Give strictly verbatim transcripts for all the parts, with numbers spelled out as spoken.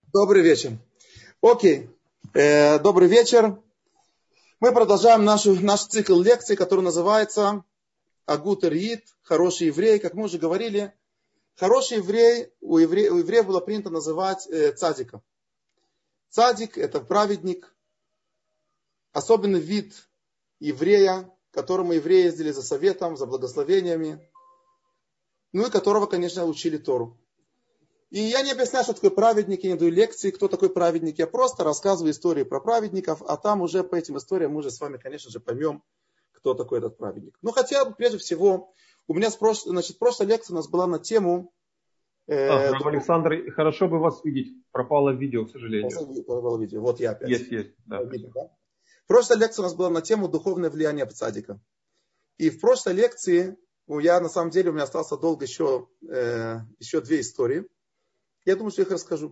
Добрый вечер. Окей. Э, добрый вечер. Мы продолжаем нашу, наш цикл лекций, который называется Агут Риит, хороший еврей. Как мы уже говорили, хороший еврей, у, евре, у евреев было принято называть э, цадика. Цадик – это праведник, особенный вид еврея, которому евреи ездили за советом, за благословениями, ну и которого, конечно, учили Тору. И я не объясняю, что такое праведник, я не даю лекции, кто такой праведник. Я просто рассказываю истории про праведников, а там уже по этим историям мы уже с вами, конечно же, поймем, кто такой этот праведник. Ну, хотя, прежде всего, у меня, спрос... значит, прошлая лекция у нас была на тему... Э, а, Александр, хорошо бы вас видеть. Пропало видео, к сожалению. Пропало видео. Вот я опять. Есть, есть. Да, видео, да? Прошлая лекция у нас была на тему духовное влияние цадика. И в прошлой лекции, я на самом деле, у меня осталось долго еще, э, еще две истории. Я думаю, что я их расскажу.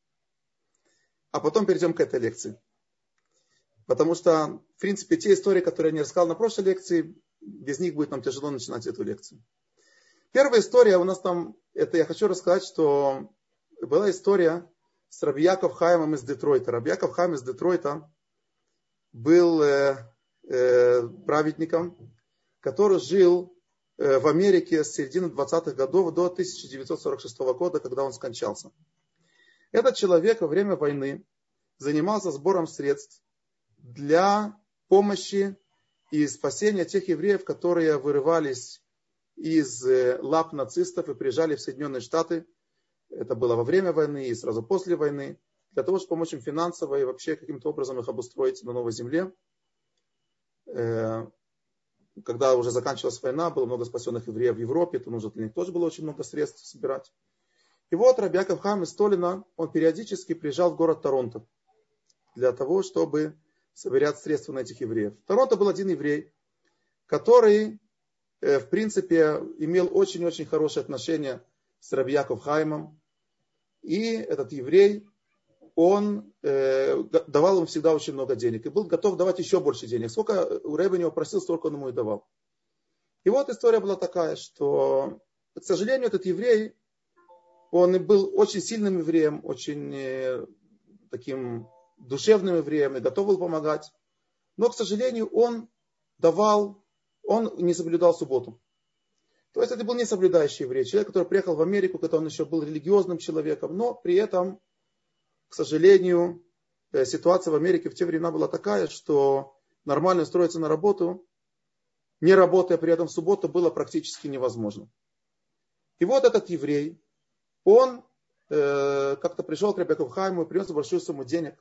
А потом перейдем к этой лекции. Потому что, в принципе, те истории, которые я не рассказал на прошлой лекции, без них будет нам тяжело начинать эту лекцию. Первая история у нас там, это я хочу рассказать, что была история с Раби Яков Хаимом из Детройта. Раби Яков Хаим из Детройта был э, э, праведником, который жил э, в Америке с середины двадцатых годов до тысяча девятьсот сорок шестого года, когда он скончался. Этот человек во время войны занимался сбором средств для помощи и спасения тех евреев, которые вырывались из лап нацистов и приезжали в Соединенные Штаты. Это было во время войны и сразу после войны. Для того, чтобы помочь им финансово и вообще каким-то образом их обустроить на новой земле. Когда уже заканчивалась война, было много спасенных евреев в Европе, то нужно для них тоже было очень много средств собирать. И вот Раби Яков Хаим из Толина, он периодически приезжал в город Торонто для того, чтобы собирать средства на этих евреев. В Торонто был один еврей, который, в принципе, имел очень-очень хорошие отношения с Раби Яков Хаимом. И этот еврей, он э, давал ему всегда очень много денег. И был готов давать еще больше денег. Сколько у Рэба него просил, столько он ему и давал. И вот история была такая, что, к сожалению, этот еврей, он был очень сильным евреем, очень э, таким душевным евреем и готов был помогать. Но, к сожалению, он давал, он не соблюдал субботу. То есть это был не соблюдающий еврей, человек, который приехал в Америку, когда он еще был религиозным человеком, но при этом, к сожалению, ситуация в Америке в те времена была такая, что нормально устроиться на работу, не работая при этом в субботу, было практически невозможно. И вот этот еврей, он э, как-то пришел к Раби Яков Хаиму и принес большую сумму денег.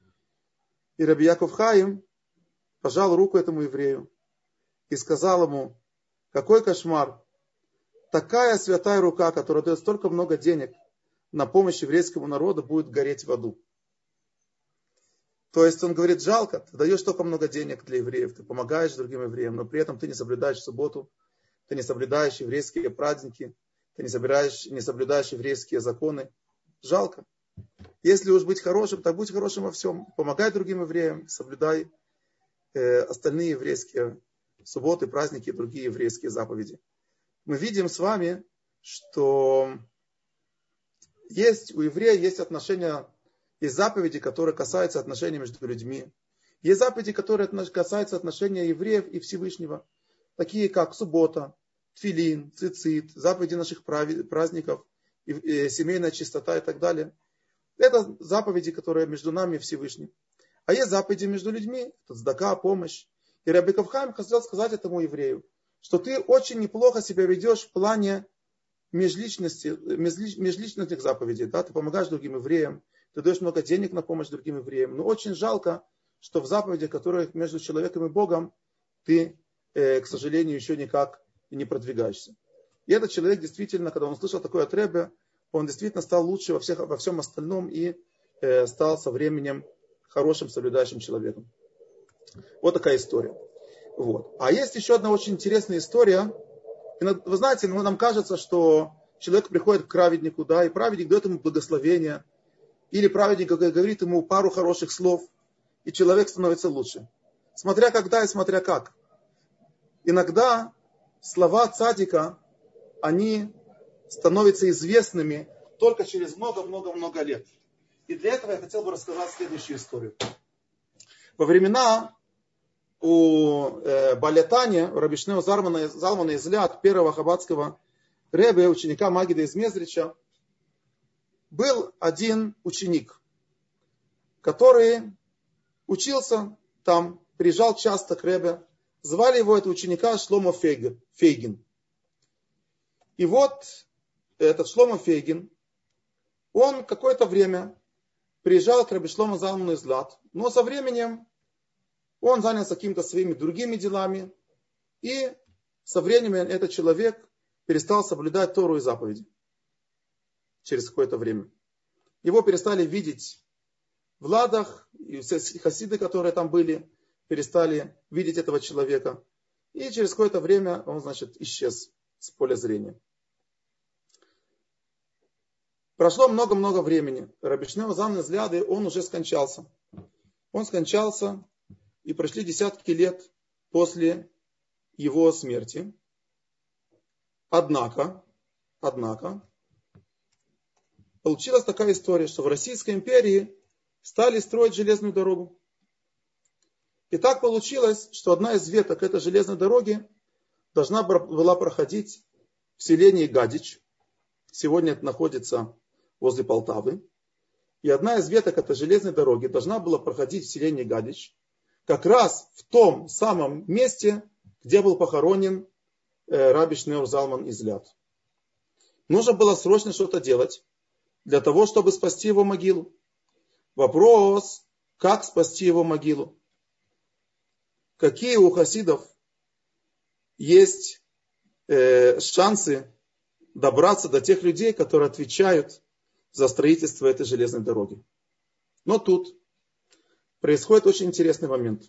И Раби Яков Хаим пожал руку этому еврею и сказал ему: какой кошмар, такая святая рука, которая дает столько много денег на помощь еврейскому народу, будет гореть в аду. То есть он говорит: жалко, ты даешь столько много денег для евреев, ты помогаешь другим евреям, но при этом ты не соблюдаешь субботу, ты не соблюдаешь еврейские праздники, ты не соблюдаешь, не соблюдаешь еврейские законы. Жалко. Если уж быть хорошим, так будь хорошим во всем. Помогай другим евреям, соблюдай э, остальные еврейские субботы, праздники и другие еврейские заповеди. Мы видим с вами, что есть у еврея есть отношения, есть заповеди, которые касаются отношений между людьми. Есть заповеди, которые касаются отношения евреев и Всевышнего. Такие как суббота, тфилин, цицит, заповеди наших праздников, семейная чистота и так далее. Это заповеди, которые между нами и Всевышним. А есть заповеди между людьми, это цдака, помощь. И Раби Яков Хаим хотел сказать этому еврею, что ты очень неплохо себя ведешь в плане межличности, межличностных заповедей. Да? Ты помогаешь другим евреям, ты даешь много денег на помощь другим евреям. Но очень жалко, что в заповедях, которые между человеком и Богом, ты, э, к сожалению, еще никак не продвигаешься. И этот человек действительно, когда он услышал такое от Ребе, он действительно стал лучше во, всех, во всем остальном и э, стал со временем хорошим, соблюдающим человеком. Вот такая история. Вот. А есть еще одна очень интересная история. Вы знаете, нам кажется, что человек приходит к праведнику, да, и праведник дает ему благословение. Или праведник говорит ему пару хороших слов, и человек становится лучше. Смотря когда и смотря как. Иногда слова цадика, они становятся известными только через много-много-много лет. И для этого я хотел бы рассказать следующую историю. Во времена у э, Балятани, у Раби Шнео Залмана, Залмана из Ляд, первого хаббатского ребе, ученика Магида из Мезрича, был один ученик, который учился там, приезжал часто к ребе. Звали его, этого ученика, Шломо Фейгин. И вот этот Шломо Фейгин, он какое-то время приезжал к Раби Шломо Залману из Ляд, но со временем он занялся какими-то своими другими делами, и со временем этот человек перестал соблюдать Тору и заповеди. Через какое-то время. Его перестали видеть в Ладах, и все хасиды, которые там были, перестали видеть этого человека. И через какое-то время он, значит, исчез с поля зрения. Прошло много-много времени. Раби Шнео Залман из Ляды, он уже скончался. Он скончался, и прошли десятки лет после его смерти. Однако, однако, получилась такая история, что в Российской империи стали строить железную дорогу. И так получилось, что одна из веток этой железной дороги должна была проходить в селении Гадич. Сегодня это находится возле Полтавы. И одна из веток этой железной дороги должна была проходить в селении Гадич, как раз в том самом месте, где был похоронен э, Раби Шнео Залман из Ляд. Нужно было срочно что-то делать для того, чтобы спасти его могилу. Вопрос, как спасти его могилу? Какие у хасидов есть э, шансы добраться до тех людей, которые отвечают за строительство этой железной дороги? Но тут происходит очень интересный момент,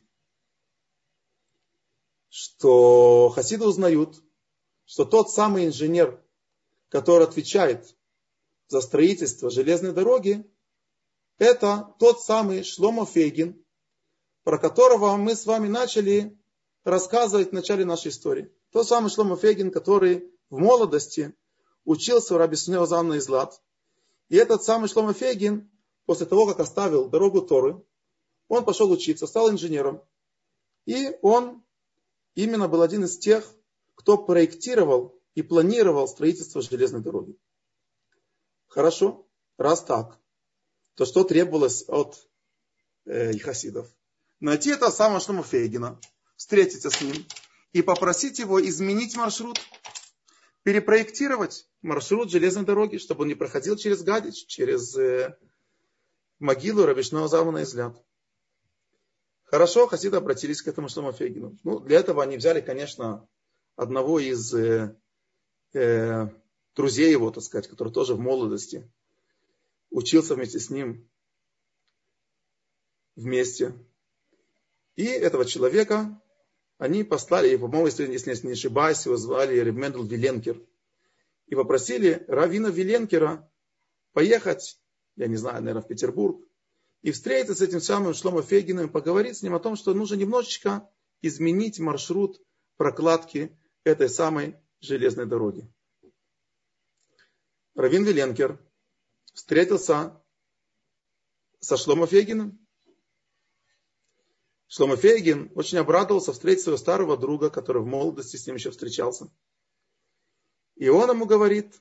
что хасиды узнают, что тот самый инженер, который отвечает за строительство железной дороги, это тот самый Шломо Фейгин, про которого мы с вами начали рассказывать в начале нашей истории. Тот самый Шломо Фейгин, который в молодости учился у Раби Шнео Залмана из Ляд. И этот самый Шломо Фейгин, после того, как оставил дорогу Торы, он пошел учиться, стал инженером. И он именно был один из тех, кто проектировал и планировал строительство железной дороги. Хорошо, раз так, то что требовалось от э, хасидов? Найти этого самого Шломо Фейгина, встретиться с ним и попросить его изменить маршрут, перепроектировать маршрут железной дороги, чтобы он не проходил через Гадич, через э, могилу Раби Шнео Залмана из Ляд. Хорошо, хасиды обратились к этому Шломо Фейгину. Ну, для этого они взяли, конечно, одного из э, э, друзей его, так сказать, который тоже в молодости учился вместе с ним вместе. И этого человека они послали, и, по-моему, если, если не ошибаюсь, его звали Реб Мендел Виленкер. И попросили раввина Виленкера поехать, я не знаю, наверное, в Петербург, и встретиться с этим самым Шломо Фейгиным, поговорить с ним о том, что нужно немножечко изменить маршрут прокладки этой самой железной дороги. Раввин Виленкер встретился со Шломо Фейгиным. Шломо Фейгин очень обрадовался встретить своего старого друга, который в молодости с ним еще встречался. И он ему говорит: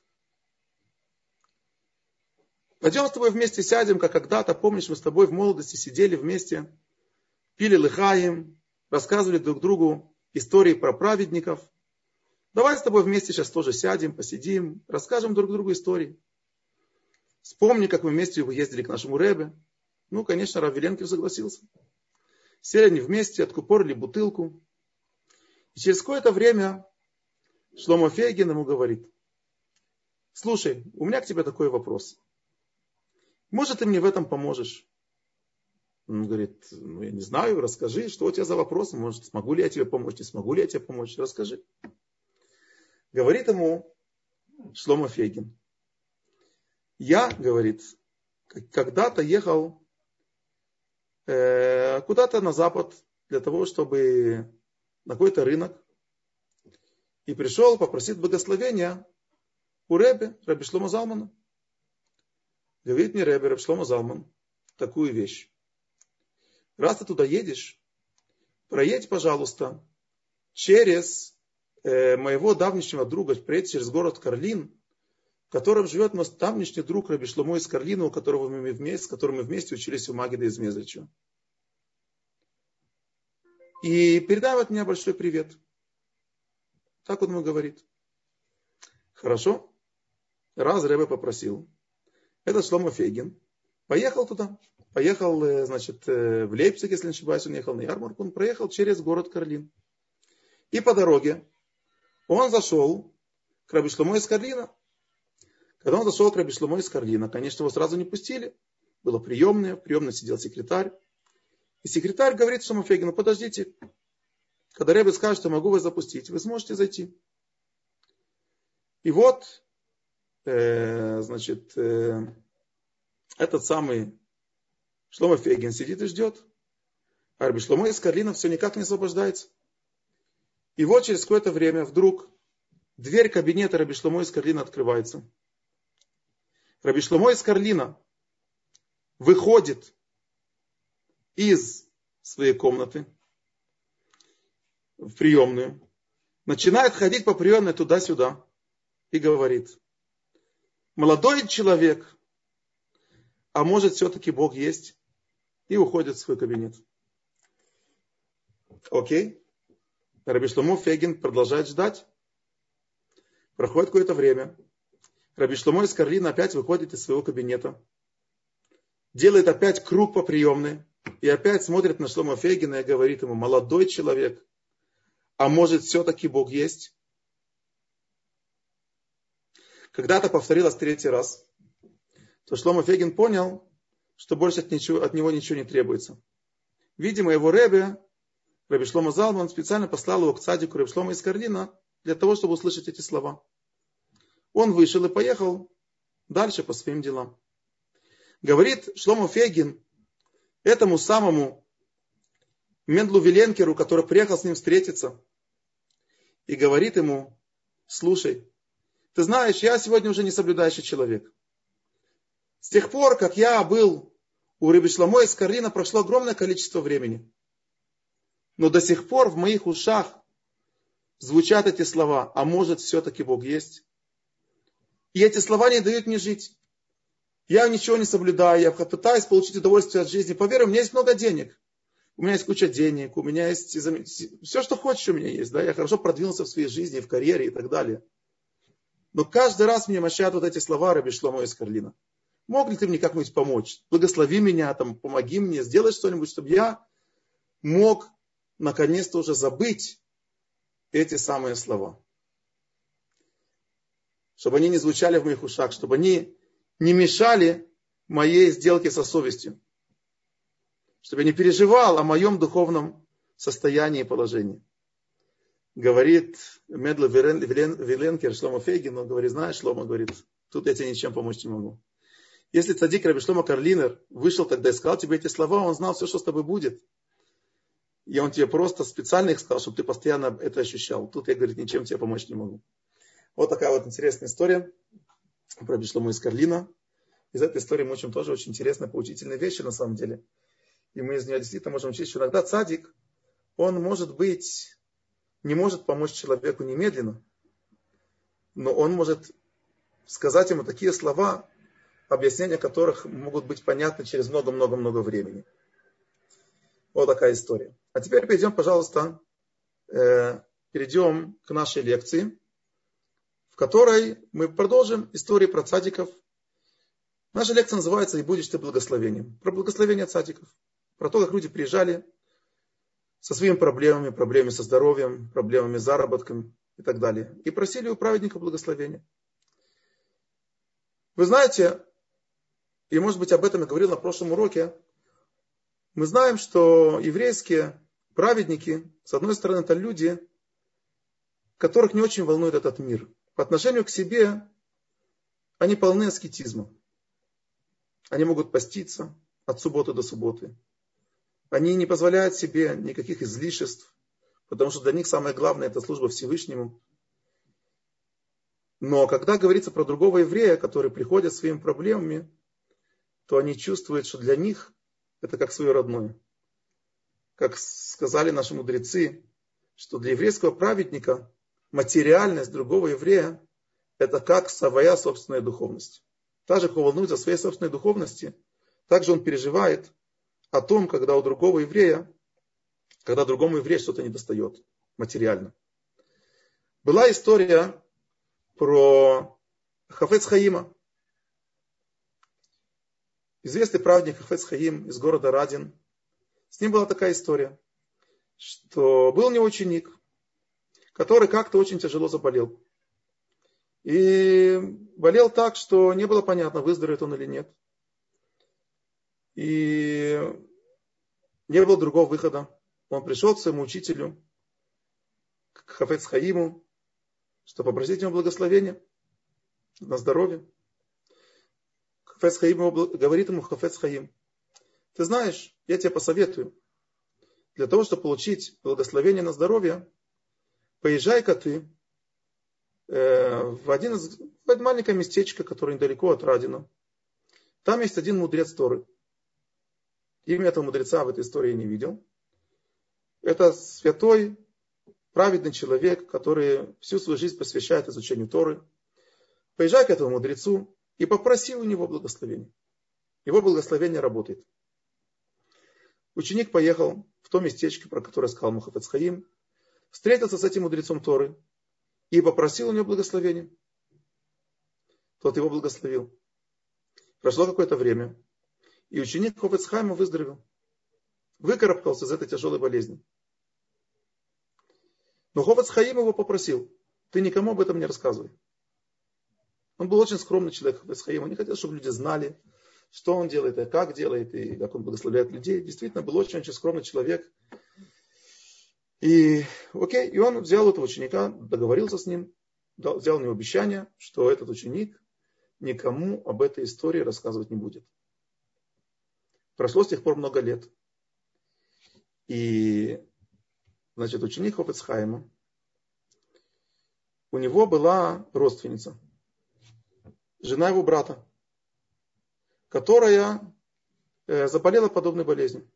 пойдем с тобой вместе сядем, как когда-то, помнишь, мы с тобой в молодости сидели вместе, пили лыхаим, рассказывали друг другу истории про праведников. Давай с тобой вместе сейчас тоже сядем, посидим, расскажем друг другу истории. Вспомни, как мы вместе ездили к нашему ребе. Ну, конечно, Рав Виленкер согласился. Сели они вместе, откупорили бутылку. И через какое-то время Шломо Фейгин ему говорит: слушай, у меня к тебе такой вопрос. Может, ты мне в этом поможешь? Он говорит: ну, я не знаю, расскажи, что у тебя за вопрос. Может, смогу ли я тебе помочь, не смогу ли я тебе помочь, расскажи. Говорит ему Шломо Фейгин: я, говорит, когда-то ехал э, куда-то на запад для того, чтобы на какой-то рынок, и пришел попросить благословения у ребе, Раби Шломо Залмана. Говорит мне ребе, Раби Шломо Залман: такую вещь. Раз ты туда едешь, проедь, пожалуйста, через э, моего давнишнего друга, проедь через город Карлин, в котором живет наш давнишний друг Раби Шломо из Карлина, у которого мы вместе, с которым мы вместе учились у Магида из Мезрича. И передай от меня большой привет. Так он ему говорит. Хорошо. Раз Ребе попросил. Это Шломо Фейгин. Поехал туда. Поехал, значит, в Лейпциг, если не ошибаюсь, он ехал на ярмарку. Он проехал через город Карлин. И по дороге он зашел к Раби Шломо из Карлина. Когда он зашел к Раби Шломо из Карлина, конечно, его сразу не пустили. Было приемное, в приемной сидел секретарь. И секретарь говорит Шломо Фейгину: подождите, когда Ребе скажет, что могу вас запустить, вы сможете зайти. И вот, э, значит, э, этот самый Шломо Фейгин сидит и ждет. А Раби Шломо из Карлина все никак не освобождается. И вот через какое-то время вдруг дверь кабинета Раби Шломо из Карлина открывается. Раби Шломо из Карлина выходит из своей комнаты в приемную, начинает ходить по приемной туда-сюда и говорит: молодой человек, а может все-таки Бог есть? И уходит в свой кабинет. Окей? Раби Шломо Фейгин продолжает ждать. Проходит какое-то время. Раби Шломо из Карлина опять выходит из своего кабинета. Делает опять круг по приемной. И опять смотрит на Шломо Фейгина и говорит ему: молодой человек, а может все-таки Бог есть? Когда-то повторилось третий раз, то Шломо Фейгин понял, что больше от, ничего, от него ничего не требуется. Видимо, его Ребе, Раби Шломо Залман, специально послал его к цадику Раби Шломо из Карлина для того, чтобы услышать эти слова. Он вышел и поехал дальше по своим делам. Говорит Шломо Фейгин этому самому Мендлу Виленкеру, который приехал с ним встретиться, и говорит ему: слушай, ты знаешь, я сегодня уже не соблюдающий человек. С тех пор, как я был у Раби Шломо из Карлина, прошло огромное количество времени. Но до сих пор в моих ушах звучат эти слова: а может все-таки Бог есть? И эти слова не дают мне жить. Я ничего не соблюдаю, я пытаюсь получить удовольствие от жизни. Поверь, у меня есть много денег. У меня есть куча денег, у меня есть все, что хочешь, у меня есть. Да? Я хорошо продвинулся в своей жизни, в карьере и так далее. Но каждый раз мне мощат вот эти слова Раби Шломо из Карлина. Мог ли ты мне как-нибудь помочь? Благослови меня, там, помоги мне, сделай что-нибудь, чтобы я мог наконец-то уже забыть эти самые слова. Чтобы они не звучали в моих ушах, чтобы они не мешали моей сделке со совестью. Чтобы я не переживал о моем духовном состоянии и положении. Говорит Медла Виленкер Шломо Фейгин, он говорит: знаешь, Шломо, говорит, тут я тебе ничем помочь не могу. Если цадик Раби Шломо Карлинер вышел тогда и сказал тебе эти слова, он знал все, что с тобой будет. И он тебе просто специально их сказал, чтобы ты постоянно это ощущал. Тут я, говорит, ничем тебе помочь не могу. Вот такая вот интересная история про Раби Шломо из Карлина. Из этой истории мы учим тоже очень интересные, поучительные вещи на самом деле. И мы из нее действительно можем учить, что иногда цадик, он может быть, не может помочь человеку немедленно, но он может сказать ему такие слова, объяснения которых могут быть понятны через много-много-много времени. Вот такая история. А теперь перейдем, пожалуйста, э, перейдем к нашей лекции, в которой мы продолжим истории про цадиков. Наша лекция называется «И будешь ты благословением». Про благословение цадиков. Про то, как люди приезжали со своими проблемами, проблемами со здоровьем, проблемами с заработком и так далее. И просили у праведника благословения. Вы знаете, и может быть об этом я говорил на прошлом уроке, мы знаем, что еврейские праведники, с одной стороны, это люди, которых не очень волнует этот мир. По отношению к себе они полны аскетизма. Они могут поститься от субботы до субботы. Они не позволяют себе никаких излишеств, потому что для них самое главное — это служба Всевышнему. Но когда говорится про другого еврея, который приходит с своими проблемами, то они чувствуют, что для них это как свое родное. Как сказали наши мудрецы, что для еврейского праведника материальность другого еврея это как своя собственная духовность. Так же, как он волнуется о своей собственной духовности, также он переживает о том, когда у другого еврея, когда другому еврею что-то недостает материально. Была история про Хафец Хаима. Известный праведник Хафец Хаим из города Радин. С ним была такая история, что был у него ученик, который как-то очень тяжело заболел. И болел так, что не было понятно, выздоровеет он или нет. И не было другого выхода. Он пришел к своему учителю, к Хафец Хаиму, чтобы попросить ему благословения на здоровье. Хафец Хаим говорит ему, Хафец Хаим, ты знаешь, я тебе посоветую, для того, чтобы получить благословение на здоровье, поезжай-ка ты э, в, один из, в одно маленькое местечко, которое недалеко от Радина. Там есть один мудрец Торы. Имя этого мудреца в этой истории я не видел. Это святой, праведный человек, который всю свою жизнь посвящает изучению Торы. Поезжай к этому мудрецу и попроси у него благословения. Его благословение работает. Ученик поехал в то местечко, про которое сказал ему Хафец Хаим, встретился с этим мудрецом Торы и попросил у него благословения. Тот его благословил. Прошло какое-то время, и ученик Хафец Хаима выздоровел. Выкарабкался из этой тяжелой болезни. Но Хафец Хаим его попросил, ты никому об этом не рассказывай. Он был очень скромный человек, Хафец Хаим. Он не хотел, чтобы люди знали, что он делает, и как делает, и как он благословляет людей. Действительно, был очень-очень скромный человек. И, окей, и он взял этого ученика, договорился с ним, дал, взял у него обещание, что этот ученик никому об этой истории рассказывать не будет. Прошло с тех пор много лет. И, значит, ученик Хафец Хаима, у него была родственница, жена его брата, которая заболела подобной болезнью.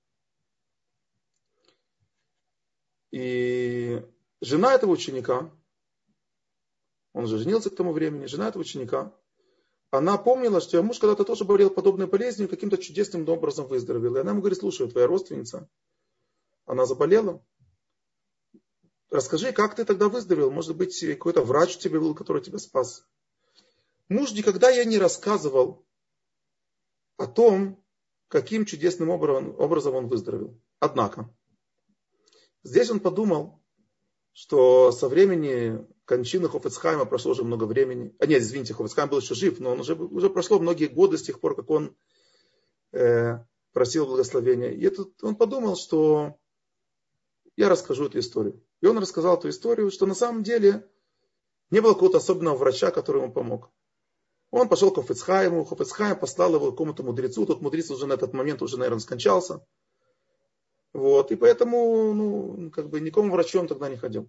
И жена этого ученика, он же женился к тому времени, жена этого ученика, она помнила, что ее муж когда-то тоже болел подобной болезнью, каким-то чудесным образом выздоровел. И она ему говорит, слушай, твоя родственница, она заболела. Расскажи, как ты тогда выздоровел? Может быть, какой-то врач у тебя был, который тебя спас. Муж никогда ей не рассказывал о том, каким чудесным образом он выздоровел. Однако, здесь он подумал, что со времени кончины Хафец Хаима прошло уже много времени. А нет, извините, Хафец Хаим был еще жив, но он уже, уже прошло многие годы с тех пор, как он э, просил благословения. И этот, он подумал, что я расскажу эту историю. И он рассказал эту историю, что на самом деле не было какого-то особенного врача, который ему помог. Он пошел к Хафец Хаиму, Хафец Хаим послал его к какому-то мудрецу. Тот мудрец уже на этот момент уже, наверное, скончался. Вот. И поэтому, ну, как бы никому врачу он тогда не ходил.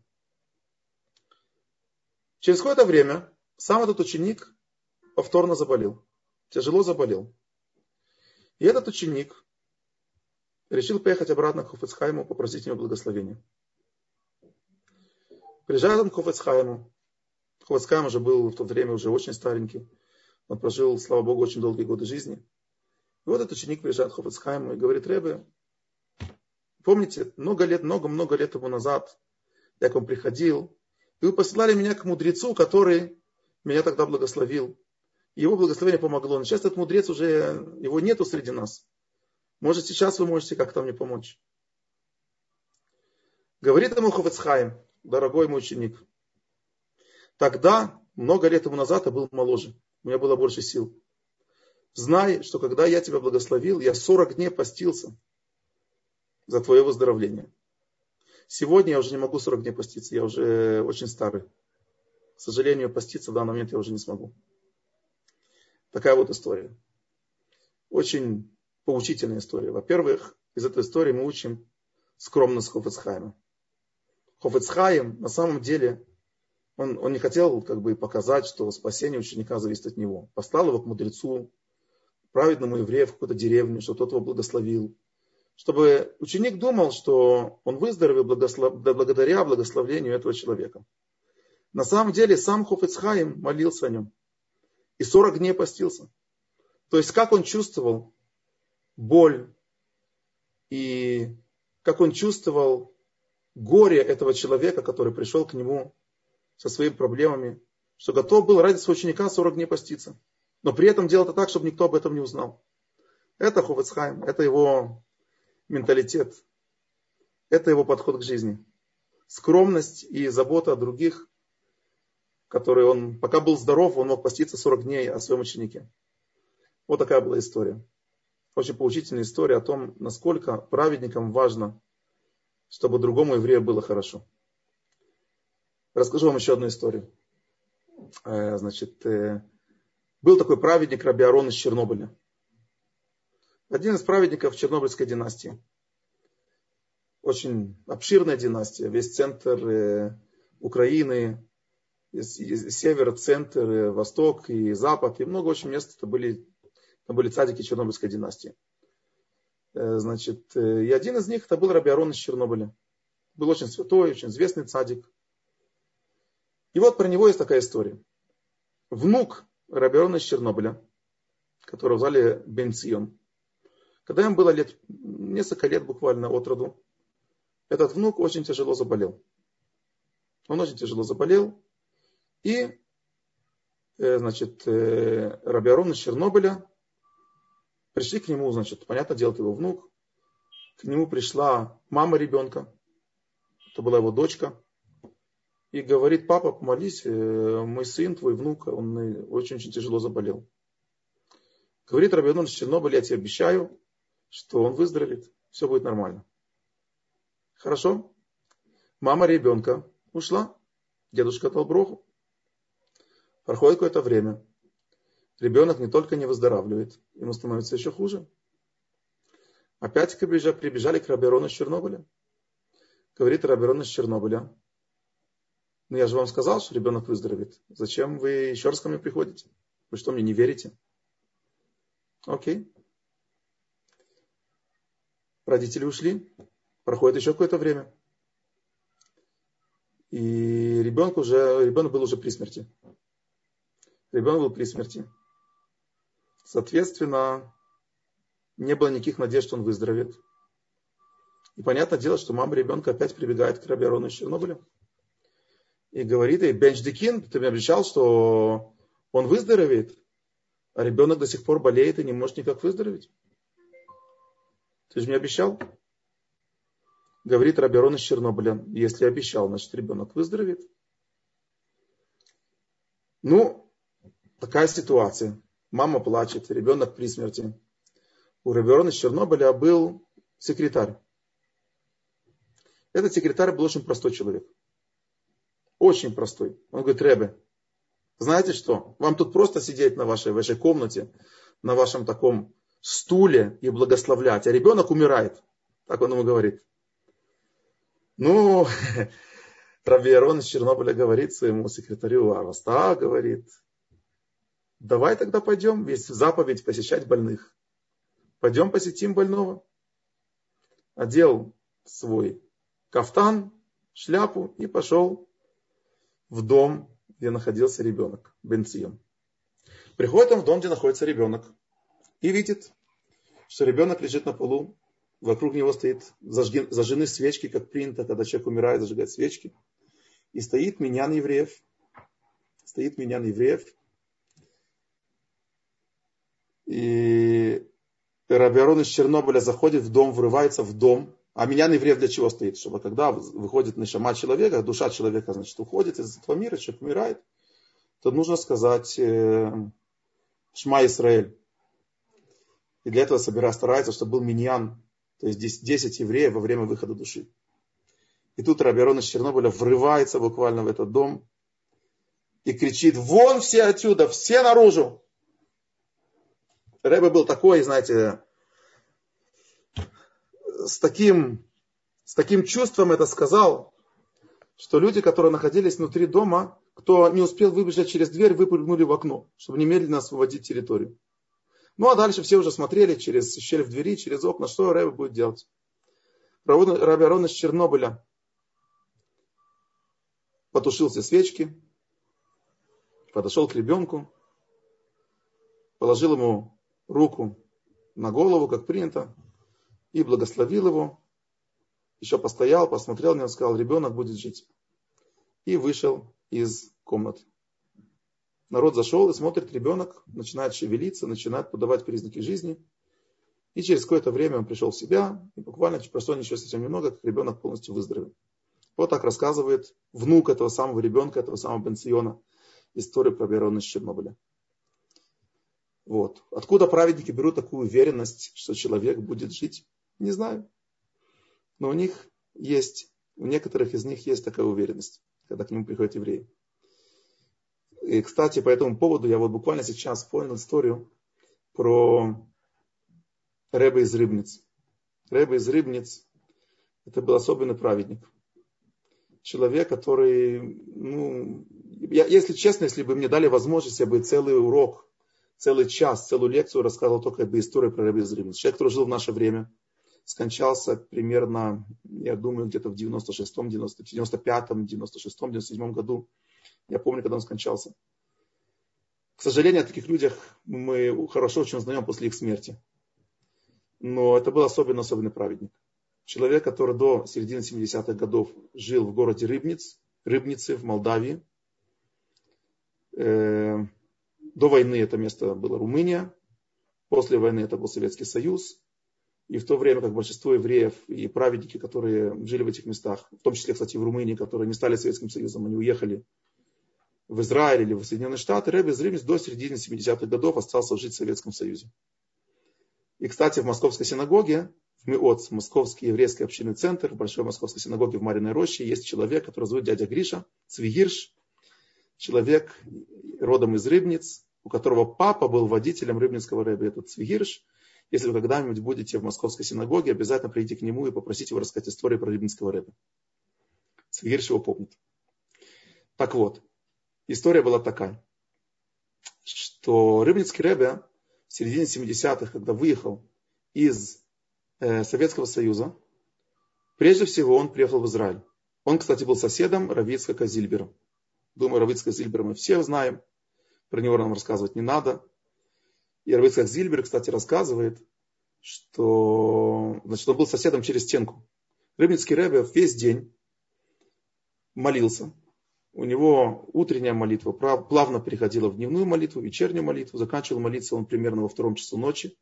Через какое-то время сам этот ученик повторно заболел. Тяжело заболел. И этот ученик решил поехать обратно к Хафец Хаиму, попросить у него благословения. Приезжает он к Хафец Хаиму. Хафец Хаим уже был в то время уже очень старенький. Он прожил, слава Богу, очень долгие годы жизни. И вот этот ученик приезжает к Хафец Хаиму и говорит, Ребе, помните, много лет, много-много лет тому назад я к вам приходил, и вы посылали меня к мудрецу, который меня тогда благословил. И его благословение помогло. Но сейчас этот мудрец уже, его нету среди нас. Может, сейчас вы можете как-то мне помочь. Говорит ему Хафец Хаим, дорогой мой ученик, тогда, много лет тому назад, я был моложе. У меня было больше сил. Знай, что когда я тебя благословил, я сорок дней постился за твое выздоровление. Сегодня я уже не могу сорок дней поститься, я уже очень старый. К сожалению, поститься в данный момент я уже не смогу. Такая вот история. Очень поучительная история. Во-первых, из этой истории мы учим скромность Хафец Хаима. Хафец Хаим на самом деле, он, он не хотел как бы показать, что спасение ученика зависит от него. Послал его к мудрецу, праведному еврею в какую-то деревню, чтобы тот его благословил. Чтобы ученик думал, что он выздоровел благослов... благодаря благословению этого человека. На самом деле сам Хофец Хаим молился о нем. И сорок дней постился. То есть как он чувствовал боль и как он чувствовал горе этого человека, который пришел к нему со своими проблемами, что готов был ради своего ученика сорок дней поститься. Но при этом делал это так, чтобы никто об этом не узнал. Это Хофец Хаим, это его менталитет, это его подход к жизни. Скромность и забота о других, которые он, пока был здоров, он мог поститься сорок дней о своем ученике. Вот такая была история. Очень поучительная история о том, насколько праведникам важно, чтобы другому еврею было хорошо. Расскажу вам еще одну историю. Значит, был такой праведник Раби Аарон из Чернобыля. Один из праведников Чернобыльской династии. Очень обширная династия. Весь центр Украины, север, центр, восток и запад. И много очень мест. Это были, это были цадики Чернобыльской династии. Значит, и один из них это был Раби Аарон из Чернобыля. Был очень святой, очень известный цадик. И вот про него есть такая история. Внук Раби Аарона из Чернобыля, которого звали Бен Цион, когда ему было лет, несколько лет буквально от роду, этот внук очень тяжело заболел. Он очень тяжело заболел. И, значит, Раби Аарон из Чернобыля пришли к нему, значит, понятное дело, это его внук. К нему пришла мама ребенка. Это была его дочка. И говорит: папа, помолись, мой сын, твой внук, он очень-очень тяжело заболел. Говорит Раби Аарон из Чернобыля: я тебе обещаю, что он выздоровеет, все будет нормально. Хорошо. Мама ребенка ушла. Дедушка дал броху. Проходит какое-то время. Ребенок не только не выздоравливает, ему становится еще хуже. Опять прибежали к Раби Аарону из Чернобыля. Говорит Раби Аарон из Чернобыля: ну я же вам сказал, что ребенок выздоровеет. Зачем вы еще раз ко мне приходите? Вы что, мне не верите? Окей. Родители ушли. Проходит еще какое-то время. И ребенок, уже, ребенок был уже при смерти. Ребенок был при смерти. Соответственно, не было никаких надежд, что он выздоровеет. И понятное дело, что мама ребенка опять прибегает к Раби Аарону из Чернобыля. И говорит ей: Бенчдекин, ты мне обещал, что он выздоровеет, а ребенок до сих пор болеет и не может никак выздороветь. Ты же мне обещал. Говорит Раби Аарон из Чернобыля: если обещал, значит ребенок выздоровеет. Ну, такая ситуация. Мама плачет, ребенок при смерти. У Раби Аарона из Чернобыля был секретарь. Этот секретарь был очень простой человек. Очень простой. Он говорит: Ребе, знаете что? Вам тут просто сидеть на вашей, вашей комнате, на вашем таком стуле и благословлять. А ребенок умирает. Так он ему говорит. Ну, Раби Аарон из Чернобыля говорит своему секретарю: а раз так, говорит, давай тогда пойдем, есть заповедь посещать больных. Пойдем посетим больного. Одел свой кафтан, шляпу и пошел в дом, где находился ребенок, Бен Цион. Приходит он в дом, где находится ребенок, и видит, что ребенок лежит на полу, вокруг него стоит, зажги, зажжены свечки, как принято, когда человек умирает, зажигать свечки. И стоит миньян евреев. Стоит миньян евреев. И Раби Аарон из Чернобыля заходит в дом, врывается в дом. А миньян евреев для чего стоит? Чтобы когда выходит нешама человека, душа человека, значит, уходит из этого мира, человек умирает, то нужно сказать э, Шма Исраэль. И для этого собирая старается, чтобы был миньян, то есть десять евреев во время выхода души. И тут Раби Аарон из Чернобыля врывается буквально в этот дом и кричит: вон все отсюда, все наружу. Ребе был такой, знаете, с таким, с таким чувством это сказал, что люди, которые находились внутри дома, кто не успел выбежать через дверь, выпрыгнули в окно, чтобы немедленно освободить территорию. Ну, а дальше все уже смотрели через щель в двери, через окна, что Ребе будет делать. Раби Арон из Чернобыля потушил все свечки, подошел к ребенку, положил ему руку на голову, как принято, и благословил его. Еще постоял, посмотрел на него, сказал, ребенок будет жить. И вышел из комнаты. Народ зашел и смотрит, ребенок начинает шевелиться, начинает подавать признаки жизни. И через какое-то время он пришел в себя, и буквально прошло ничего совсем немного, как ребенок полностью выздоровел. Вот так рассказывает внук этого самого ребенка, этого самого Бен-Циона, историю про Раби Арона из Чернобыля. Вот. Откуда праведники берут такую уверенность, что человек будет жить? Не знаю. Но у них есть, у некоторых из них есть такая уверенность, когда к ним приходят евреи. И, кстати, по этому поводу я вот буквально сейчас понял историю про Ребе из Рыбниц. Ребе из Рыбниц – это был особенный праведник. Человек, который, ну, я, если честно, если бы мне дали возможность, я бы целый урок, целый час, целую лекцию рассказывал только об истории про Ребе из Рыбниц. Человек, который жил в наше время, скончался примерно, я думаю, где-то в девяносто шестом, девяносто пятом, девяносто шестом, девяносто седьмом году. Я помню, когда он скончался. К сожалению, о таких людях мы хорошо очень узнаем после их смерти. Но это был особенно-особенный праведник. Человек, который до середины семидесятых годов жил в городе Рыбниц, Рыбницы в Молдавии. Э, до войны это место было Румыния. После войны это был Советский Союз. И в то время, как большинство евреев и праведники, которые жили в этих местах, в том числе, кстати, в Румынии, которые не стали Советским Союзом, они уехали в Израиль или в Соединенные Штаты, Ребе из Рыбниц до середины семидесятых годов остался жить в Советском Союзе. И, кстати, в Московской синагоге, в МИОЦ, Московский еврейский общинный центр, в Большой Московской синагоге в Мариной Роще, есть человек, который зовут дядя Гриша, Цвигирш, человек родом из Рыбниц, у которого папа был водителем рыбницкого Ребе, этот Цвигирш. Если вы когда-нибудь будете в Московской синагоге, обязательно придите к нему и попросите его рассказать историю про рыбницкого Ребе. Цвигирш его помнит. Так вот, история была такая, что рыбницкий Ребе в середине семидесятых, когда выехал из э, Советского Союза, прежде всего он приехал в Израиль. Он, кстати, был соседом Рав Ицхака Зильбера. Думаю, Рав Ицхака Зильбера мы все знаем. Про него нам рассказывать не надо. И Рав Ицхак Зильбер, кстати, рассказывает, что значит, он был соседом через стенку. Рыбницкий Ребе весь день молился. У него утренняя молитва плавно переходила в дневную молитву, вечернюю молитву. Заканчивал молиться он примерно во втором часу ночи.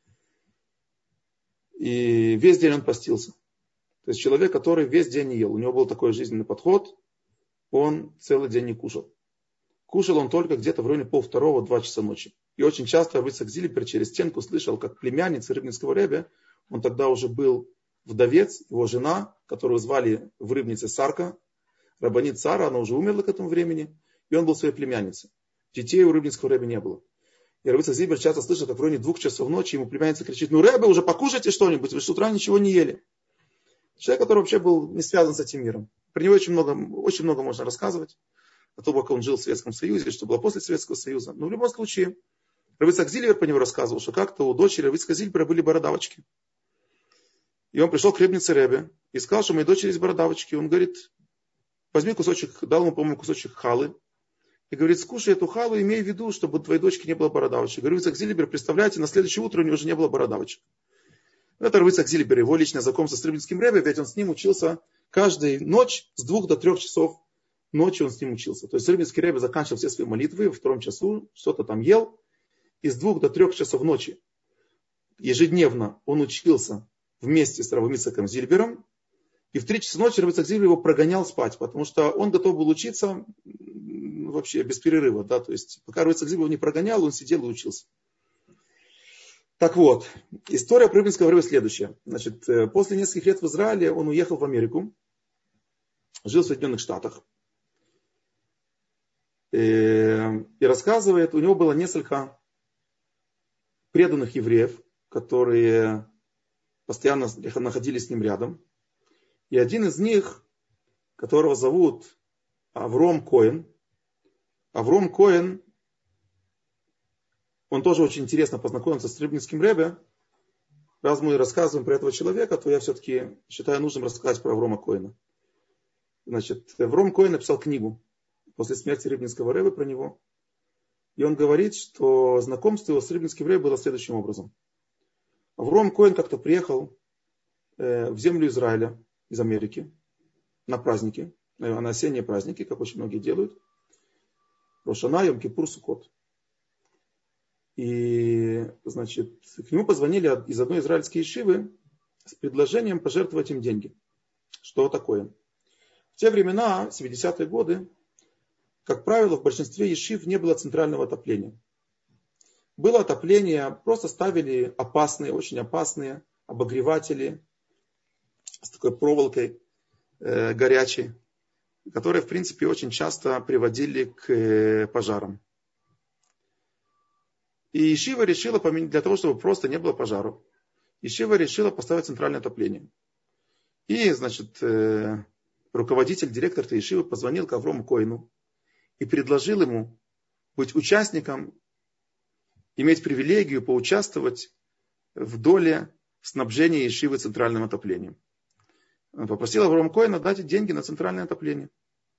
И весь день он постился. То есть человек, который весь день не ел. У него был такой жизненный подход. Он целый день не кушал. Кушал он только где-то в районе полвторого, два часа ночи. И очень часто Рав Ицхак Зильбер через стенку слышал, как племянница Рыбницкого Ребе, он тогда уже был вдовец, его жена, которую звали в Рыбнице Сарка, Рабанит Сара, она уже умерла к этому времени, и он был своей племянницей. Детей у Рыбницкого Ребе не было. И Рав Ицхак Зильбер часто слышал, как в районе двух часов ночи ему племянница кричит: ну, Ребе, уже покушайте что-нибудь, вы с утра ничего не ели. Человек, который вообще был не связан с этим миром. Про него очень много, очень много можно рассказывать. О том, как он жил в Советском Союзе, что было после Советского Союза. Но в любом случае, Рав Ицхак Зильбер по нему рассказывал, что как-то у дочери Рав Ицхака Зильбера были бородавочки. И он пришел к Рыбнице Ребе и сказал, что у моей дочери есть бородавочки. Он говорит: возьми кусочек, дал ему, по-моему, кусочек халы. И говорит: скушай эту халу, имей в виду, чтобы у твоей дочки не было бородавочек. Рав Ицхак Зильбер, представляете, на следующее утро у него уже не было бородавочек. Это Рав Ицхак Зильбер, его личное знакомство с Рыбницким Ребе, ведь он с ним учился каждую ночь с двух до трех часов ночи он с ним учился. То есть Рыбницкий Ребе заканчивал все свои молитвы во втором часу, что-то там ел, и с двух до трех часов ночи ежедневно он учился вместе с Равом Ицхаком Зильбером, и в три часа ночи Рав Ицхак Зильбер его прогонял спать, потому что он готов был учиться вообще без перерыва. Да? То есть пока Рав Ицхак Зильбер его не прогонял, он сидел и учился. Так вот, история про Рыбницкого Ребе следующая. Значит, после нескольких лет в Израиле он уехал в Америку, жил в Соединенных Штатах. И рассказывает, у него было несколько преданных евреев, которые постоянно находились с ним рядом. И один из них, которого зовут Авром Коэн, Авром Коэн он тоже очень интересно познакомился с Рыбницким Ребе. Раз мы рассказываем про этого человека, то я все-таки считаю нужным рассказать про Аврома Коэна. Значит, Авром Коэн написал книгу после смерти Рыбницкого Ребе про него. И он говорит, что знакомство его с Рыбницким Ребе было следующим образом. Авром Коэн как-то приехал в землю Израиля из Америки на праздники, на осенние праздники, как очень многие делают. Рош ха-Шана, Йом Кипур, Суккот. И, значит, к нему позвонили из одной израильской ешивы с предложением пожертвовать им деньги. Что такое? В те времена, семидесятые годы, как правило, в большинстве ешив не было центрального отопления. Было отопление, просто ставили опасные, очень опасные обогреватели с такой проволокой э, горячей, которые, в принципе, очень часто приводили к э, пожарам. И ешива решила, для того, чтобы просто не было пожаров, ешива решила поставить центральное отопление. И, значит, э, руководитель, директор этой ешивы позвонил к Аврому Коэну и предложил ему быть участником, иметь привилегию поучаствовать в доле снабжения ешивы центральным отоплением. Он попросил Авром Коэна дать деньги на центральное отопление.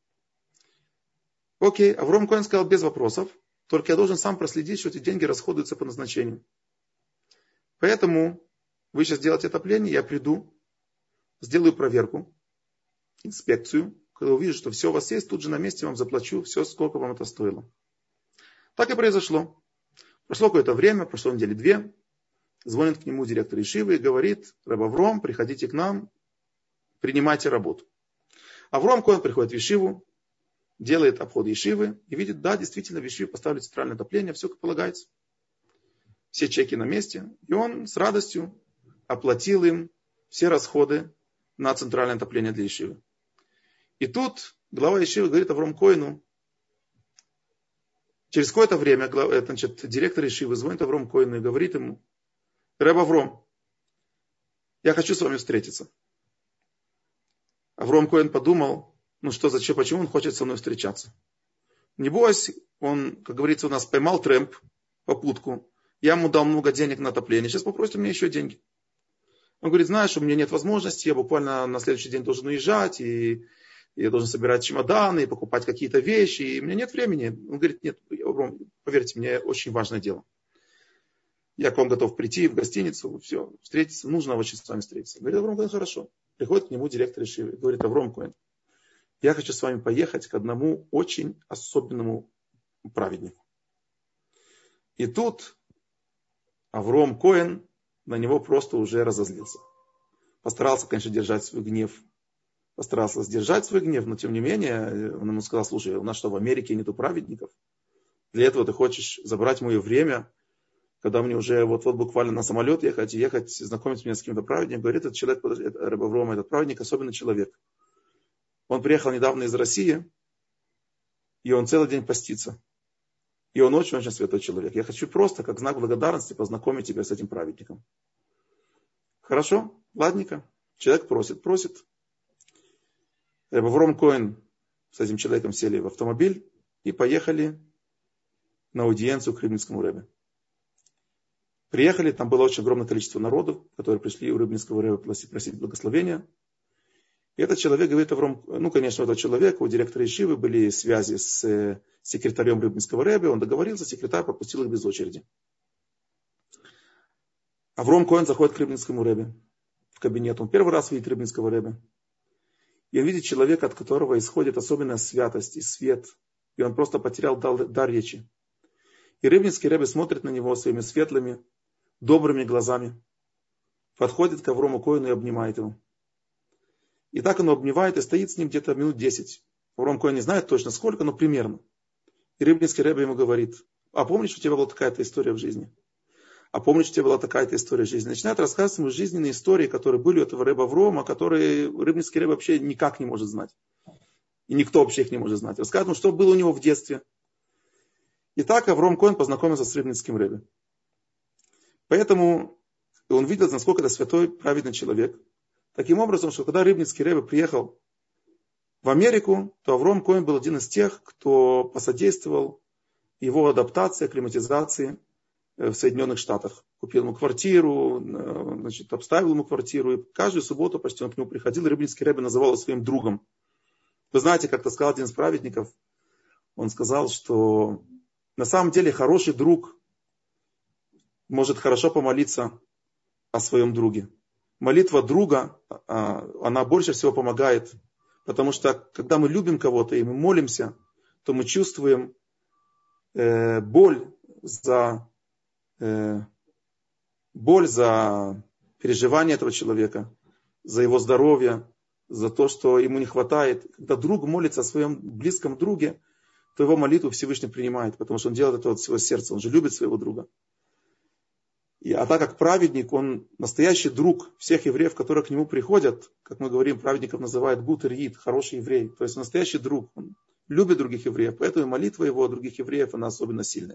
Окей, Авром Коэн сказал без вопросов, только я должен сам проследить, что эти деньги расходуются по назначению. Поэтому вы сейчас делаете отопление, я приду, сделаю проверку, инспекцию. Когда увижу, что все у вас есть, тут же на месте вам заплачу все, сколько вам это стоило. Так и произошло. Прошло какое-то время, прошло недели две. Звонит к нему директор ешивы и говорит: Реб Авром, приходите к нам, принимайте работу. Авром Коэн приходит в ешиву, делает обход ешивы и видит, да, действительно, в ешиве поставили центральное отопление, все как полагается. Все чеки на месте. И он с радостью оплатил им все расходы на центральное отопление для ешивы. И тут глава ешивы говорит Авром Коэну, через какое-то время значит, директор ешивы звонит Авром Коэну и говорит ему: Реб Авром, я хочу с вами встретиться. Авром Коэн подумал, ну что, зачем, почему он хочет со мной встречаться? Небось, он, как говорится, у нас поймал трэмп, попутку. Я ему дал много денег на отопление, сейчас попросит у меня еще деньги. Он говорит: знаешь, у меня нет возможности, я буквально на следующий день должен уезжать, и я должен собирать чемоданы, и покупать какие-то вещи, и у меня нет времени. Он говорит: нет, Авром, поверьте, мне очень важное дело. Я к вам готов прийти в гостиницу, все, встретиться, нужно очень с вами встретиться. Говорит Авром Коэн: хорошо. Приходит к нему директор ешивы, говорит: Авром Коэн, я хочу с вами поехать к одному очень особенному праведнику. И тут Авром Коэн на него просто уже разозлился. Постарался, конечно, держать свой гнев. Постарался сдержать свой гнев, но тем не менее, он ему сказал: слушай, у нас что, в Америке нету праведников? Для этого ты хочешь забрать мое время, когда мне уже вот-вот буквально на самолет ехать, и ехать, знакомить меня с каким-то праведником. Говорит, этот человек, Реб Авром, этот праведник, особенный человек. Он приехал недавно из России, и он целый день постится. И он очень-очень святой человек. Я хочу просто, как знак благодарности, познакомить тебя с этим праведником. Хорошо? Ладненько. Человек просит, просит. Реб Авром Коэн с этим человеком сели в автомобиль и поехали на аудиенцию к Рыбницкому Ребе. Приехали, там было очень огромное количество народу, которые пришли у Рыбницкого Ребе просить благословения. И этот человек говорит Авром, ну, конечно, у этого человека, у директора ешивы были связи с секретарем Рыбницкого Ребе, он договорился, секретарь пропустил их без очереди. Авром Коэн заходит к Рыбницкому Ребе в кабинет, он первый раз видит Рыбницкого Ребе. И он видит человека, от которого исходит особенная святость и свет, и он просто потерял дар, дар речи. И Рыбницкий Ребе смотрит на него своими светлыми, добрыми глазами, подходит к Аврому Коэну и обнимает его. И так он обнимает и стоит с ним где-то минут десять. Авром Коэн не знает точно сколько, но примерно. И Рыбницкий Ребе ему говорит: а помнишь, у тебя была такая-то история в жизни? А помнишь, у тебя была такая-то история в жизни? Начинает рассказывать ему жизненные истории, которые были у этого Ребе Аврома, которые Рыбницкий Ребе вообще никак не может знать. И никто вообще их не может знать. Рассказывает ему, что было у него в детстве. И так Авром Коэн познакомился с Рыбницким Ребе. Поэтому он видел, насколько это святой, праведный человек. Таким образом, что когда Рыбницкий Ребе приехал в Америку, то Авром Коэн был один из тех, кто посодействовал его адаптации, акклиматизации в Соединенных Штатах. Купил ему квартиру, значит, обставил ему квартиру. И каждую субботу почти он к нему приходил. Рыбницкий Ребе называл его своим другом. Вы знаете, как-то сказал один из праведников, он сказал, что на самом деле хороший друг может хорошо помолиться о своем друге. Молитва друга, она больше всего помогает, потому что когда мы любим кого-то и мы молимся, то мы чувствуем э, боль за э, боль за переживание этого человека, за его здоровье, за то, что ему не хватает. Когда друг молится о своем близком друге, то его молитву Всевышний принимает, потому что он делает это от всего сердца, он же любит своего друга. И, а так как праведник, он настоящий друг всех евреев, которые к нему приходят, как мы говорим, праведников называют гутер йид, хороший еврей, то есть настоящий друг, он любит других евреев, поэтому молитва его о других евреев, она особенно сильная.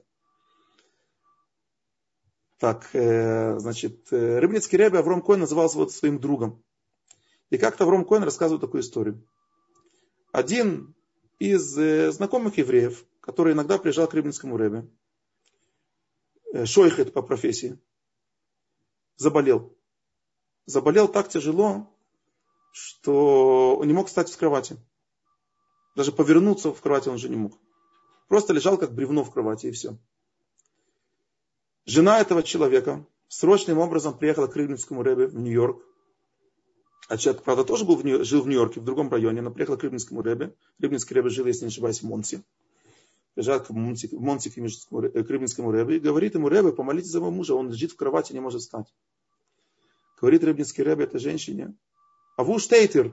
Так, э, значит, Рыбницкий Ребе Авром Коэн назывался вот своим другом. И как-то Авром Коэн рассказывает такую историю. Один из э, знакомых евреев, который иногда приезжал к Рыбницкому Ребе, э, шойхет по профессии, заболел. Заболел так тяжело, что он не мог встать с кровати. Даже повернуться в кровати он уже не мог. Просто лежал как бревно в кровати и все. Жена этого человека срочным образом приехала к Рыбницкому Ребе в Нью-Йорк. А человек, правда, тоже был в Нью- жил в Нью-Йорке, в другом районе. Она приехала к Рыбницкому Ребе. Рыбницкий Ребе жил, если не ошибаюсь, в Монте. Приезжает в Монте, в Монте к Рыбницкому Ребе и говорит ему: Ребе, помолитесь за моего мужа, он лежит в кровати, не может встать. Говорит Рыбницкий Ребе этой женщине: а ву штейтер?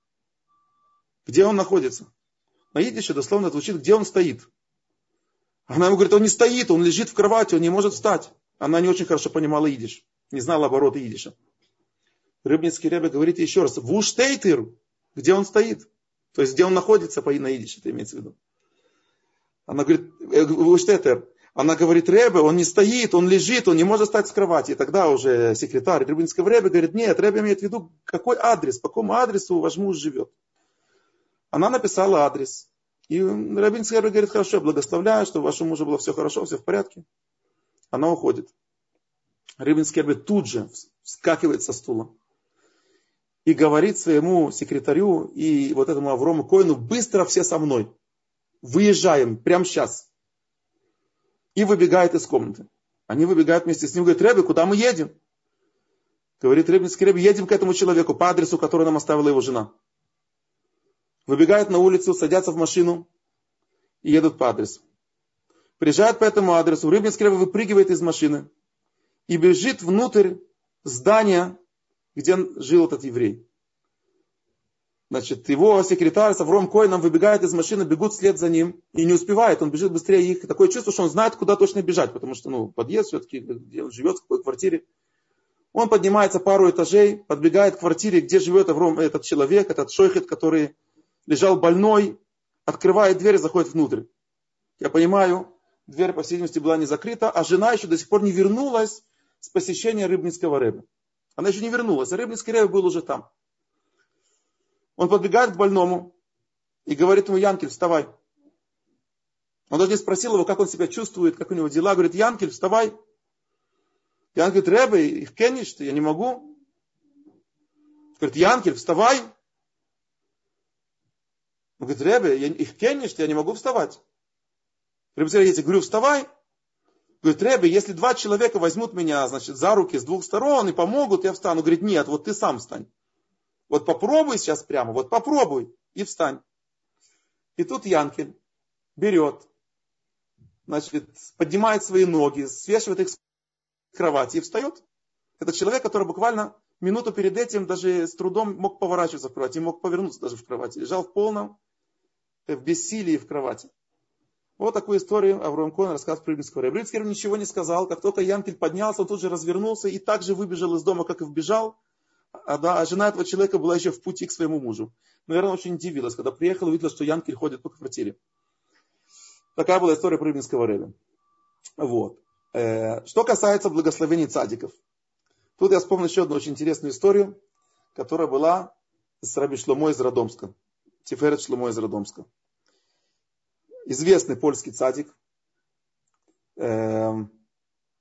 Где он находится? На идише дословно звучит: где он стоит? Она ему говорит: он не стоит, он лежит в кровати, он не может встать. Она не очень хорошо понимала идиш, не знала обороты идиша. Рыбницкий Ребе говорит еще раз: ву штейтер? Где он стоит? То есть, где он находится по на идиш, это имеется в виду. Она говорит: ву штейтер. Она говорит: Ребе, он не стоит, он лежит, он не может встать с кровати. И тогда уже секретарь Рыбницкого Ребе говорит: нет, Ребе имеет в виду, какой адрес, по какому адресу ваш муж живет. Она написала адрес. И Рыбницкий Ребе говорит: хорошо, я благословляю, чтобы вашему мужу было все хорошо, все в порядке. Она уходит. Рыбницкий Ребе тут же вскакивает со стула и говорит своему секретарю и вот этому Аврому Коэну: быстро все со мной. Выезжаем, прямо сейчас. И выбегает из комнаты. Они выбегают вместе с ним, говорят: Ребе, куда мы едем? Говорит Рыбницкий Ребе: едем к этому человеку по адресу, который нам оставила его жена. Выбегают на улицу, садятся в машину и едут по адресу. Приезжают по этому адресу, Рыбницкий Ребе выпрыгивает из машины и бежит внутрь здания, где жил этот еврей. Значит, его секретарь с Авром Коэном выбегает из машины, бегут вслед за ним и не успевает, он бежит быстрее их. Такое чувство, что он знает, куда точно бежать, потому что, ну, подъезд все-таки, где он живет, в какой квартире. Он поднимается пару этажей, подбегает к квартире, где живет Авром, этот человек, этот шойхет, который лежал больной, открывает дверь и заходит внутрь. Я понимаю, дверь, по всей видимости, была не закрыта, а жена еще до сих пор не вернулась с посещения Рыбницкого Ребе. Она еще не вернулась, а Рыбницкий Ребе был уже там. Он подбегает к больному и говорит ему: Янкель, вставай. Он даже не спросил его, как он себя чувствует, как у него дела. Говорит: Янкель, вставай. Янкель говорит: Ребе, их кеннишь ты, я не могу. Говорит: Янкель, вставай. Он говорит: Ребе, их кеннишь ты, я не могу вставать. Ребе, я говорю: вставай. Говорит: Ребе, если два человека возьмут меня, значит, за руки с двух сторон и помогут, я встану. Говорит: нет, вот ты сам встань. Вот попробуй сейчас прямо, вот попробуй и встань. И тут Янкель берет, значит, поднимает свои ноги, свешивает их с кровати и встает. Это человек, который буквально минуту перед этим даже с трудом мог поворачиваться в кровати, мог повернуться даже в кровати. Лежал в полном, в бессилии в кровати. Вот такую историю Авром Коэн рассказывает про Рыбницкого Ребе. Рыбницкий Ребе ничего не сказал. Как только Янкель поднялся, он тут же развернулся и также выбежал из дома, как и вбежал. А, да, а жена этого человека была еще в пути к своему мужу. Наверное, очень удивилась, когда приехала, увидела, что Янкель ходит по квартире. Такая была история про Рыбницкого Ребе. Вот. Э, что касается благословений цадиков. Тут я вспомнил еще одну очень интересную историю, которая была с Раби Шломо из Радомска. Тиферет Шломо из Радомска. Известный польский цадик. Э,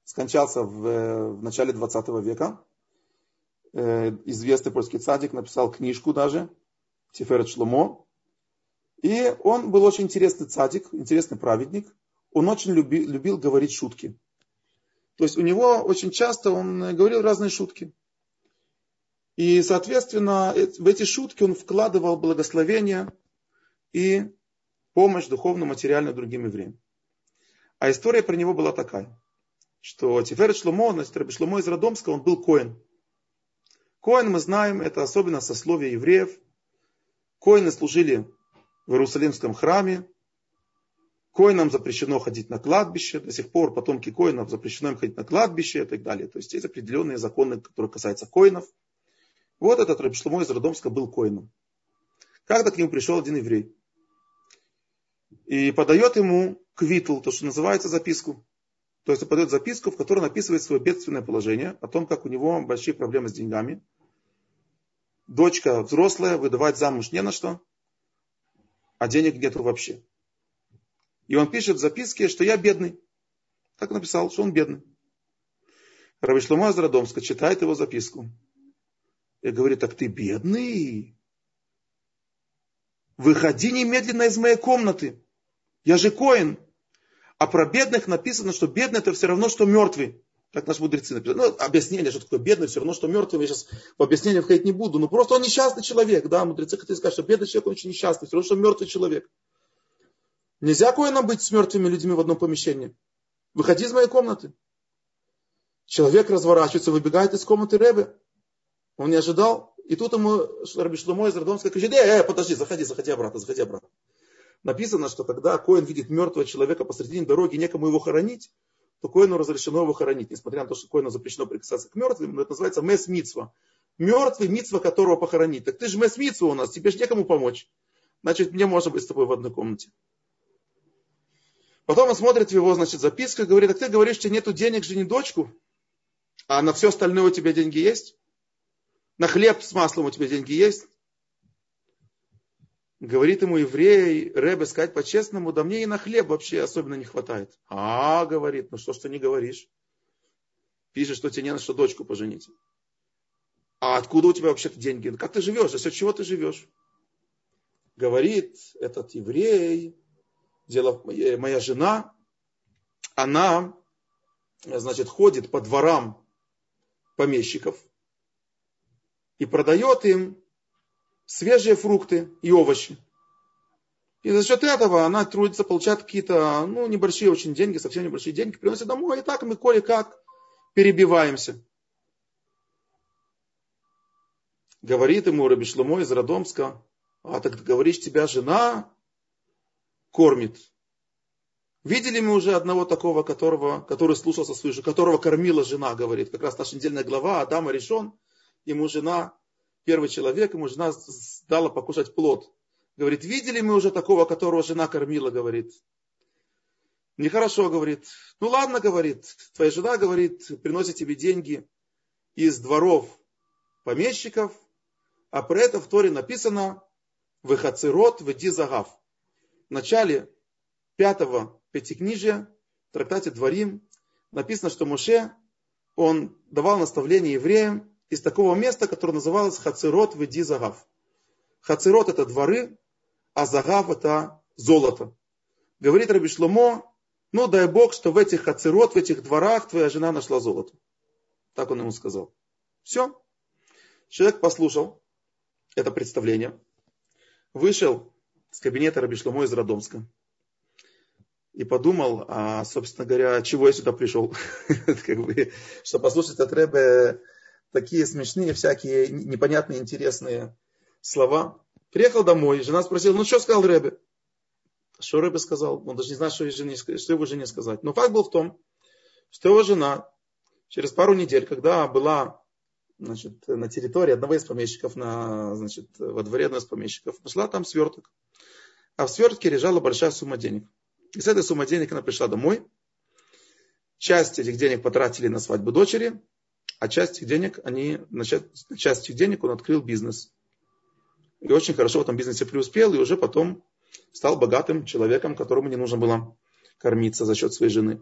скончался в, в начале двадцатого века. Известный польский цадик, написал книжку даже, Тиферет Шломо. И он был очень интересный цадик, интересный праведник. Он очень люби, любил говорить шутки. То есть у него очень часто он говорил разные шутки. И, соответственно, в эти шутки он вкладывал благословение и помощь духовную, материальную другим евреям. А история про него была такая, что Тиферет Шломо, значит, Раби Шломо из Родомска, он был коэн. Коэн, мы знаем, это особенно сословие евреев. Коэны служили в Иерусалимском храме. Коэнам запрещено ходить на кладбище. До сих пор потомки коэнов запрещено им ходить на кладбище и так далее. То есть есть определенные законы, которые касаются коэнов. Вот этот Раби Шломо из Родомска был коэном. Когда к нему пришел один еврей. И подает ему квитл, то, что называется, записку. То есть он подает записку, в которой написывает свое бедственное положение, о том, как у него большие проблемы с деньгами. Дочка взрослая, выдавать замуж не на что, а денег нету вообще. И он пишет в записке, что я бедный. Так написал, что он бедный. Раби Шломо из Родомска читает его записку. И говорит, так ты бедный? Выходи немедленно из моей комнаты. Я же коэн. А про бедных написано, что бедный это все равно, что мертвый. Как наши мудрецы написали. Ну, объяснение, что такое бедный, все равно, что мертвый. Я сейчас в объяснение входить не буду. Но просто он несчастный человек. Да, мудрецы хотели сказать, что бедный человек, он очень несчастный. Все равно, что мертвый человек. Нельзя коэном быть с мертвыми людьми в одном помещении. Выходи из моей комнаты. Человек разворачивается, выбегает из комнаты Ребе. Он не ожидал. И тут ему Раби Шломо из Родомска кричит, э, э, подожди, заходи, заходи обратно, заходи обратно. Написано, что когда коэн видит мертвого человека посредине дороги, некому его хоронить, то коэну разрешено его хоронить. Несмотря на то, что коэну запрещено прикасаться к мертвым, но это называется мес мицва. Мертвый, мицва которого похоронить. Так ты же мес мицва у нас, тебе же некому помочь. Значит, мне можно быть с тобой в одной комнате. Потом он смотрит в его, значит, записку и говорит, так ты говоришь, что нету денег, жени дочку, а на все остальное у тебя деньги есть? На хлеб с маслом у тебя деньги есть? Говорит ему еврей, Ребе, сказать по-честному, да мне и на хлеб вообще особенно не хватает. А, говорит, ну что ж ты не говоришь? Пишешь, что тебе не на что дочку поженить. А откуда у тебя вообще-то деньги? Как ты живешь? За счет чего ты живешь? Говорит этот еврей, дело, моя жена, она, значит, ходит по дворам помещиков и продает им свежие фрукты и овощи. И за счет этого она трудится, получает какие-то, ну, небольшие очень деньги, совсем небольшие деньги, приносит домой, и так мы кое-как перебиваемся. Говорит ему Раби Шломо из Родомска, а так ты говоришь, тебя жена кормит. Видели мы уже одного такого, которого, который слушался свою жену, которого кормила жена, говорит. Как раз наша недельная глава, Адам Аришон, ему жена, первый человек, ему жена дала покушать плод. Говорит, видели мы уже такого, которого жена кормила, говорит. Нехорошо, говорит. Ну ладно, говорит, твоя жена, говорит, приносит тебе деньги из дворов помещиков, а про это в Торе написано «Вехацерот веди загав». В начале пятого пятикнижия, в трактате Дворим, написано, что Моше, он давал наставление евреям из такого места, которое называлось Хацерот веди загав. Хацерот это дворы, а загав это золото. Говорит Раби Шломо, ну дай Бог, что в этих хацерот, в этих дворах твоя жена нашла золото. Так он ему сказал. Все. Человек послушал это представление, вышел с кабинета Раби Шломо из Родомска и подумал, а, собственно говоря, чего я сюда пришел. Как бы, что послушать от Ребе такие смешные, всякие непонятные, интересные слова. Приехал домой, жена спросила, ну что сказал Ребе? Что Ребе сказал? Он даже не знает, что, жене, что его жене сказать. Но факт был в том, что его жена через пару недель, когда была, значит, на территории одного из помещиков, на, значит, во дворе одного из помещиков, нашла там сверток. А в свертке лежала большая сумма денег. И с этой суммой денег она пришла домой. Часть этих денег потратили на свадьбу дочери, а часть этих денег, они, на часть этих денег он открыл бизнес. И очень хорошо в этом бизнесе преуспел, и уже потом стал богатым человеком, которому не нужно было кормиться за счет своей жены.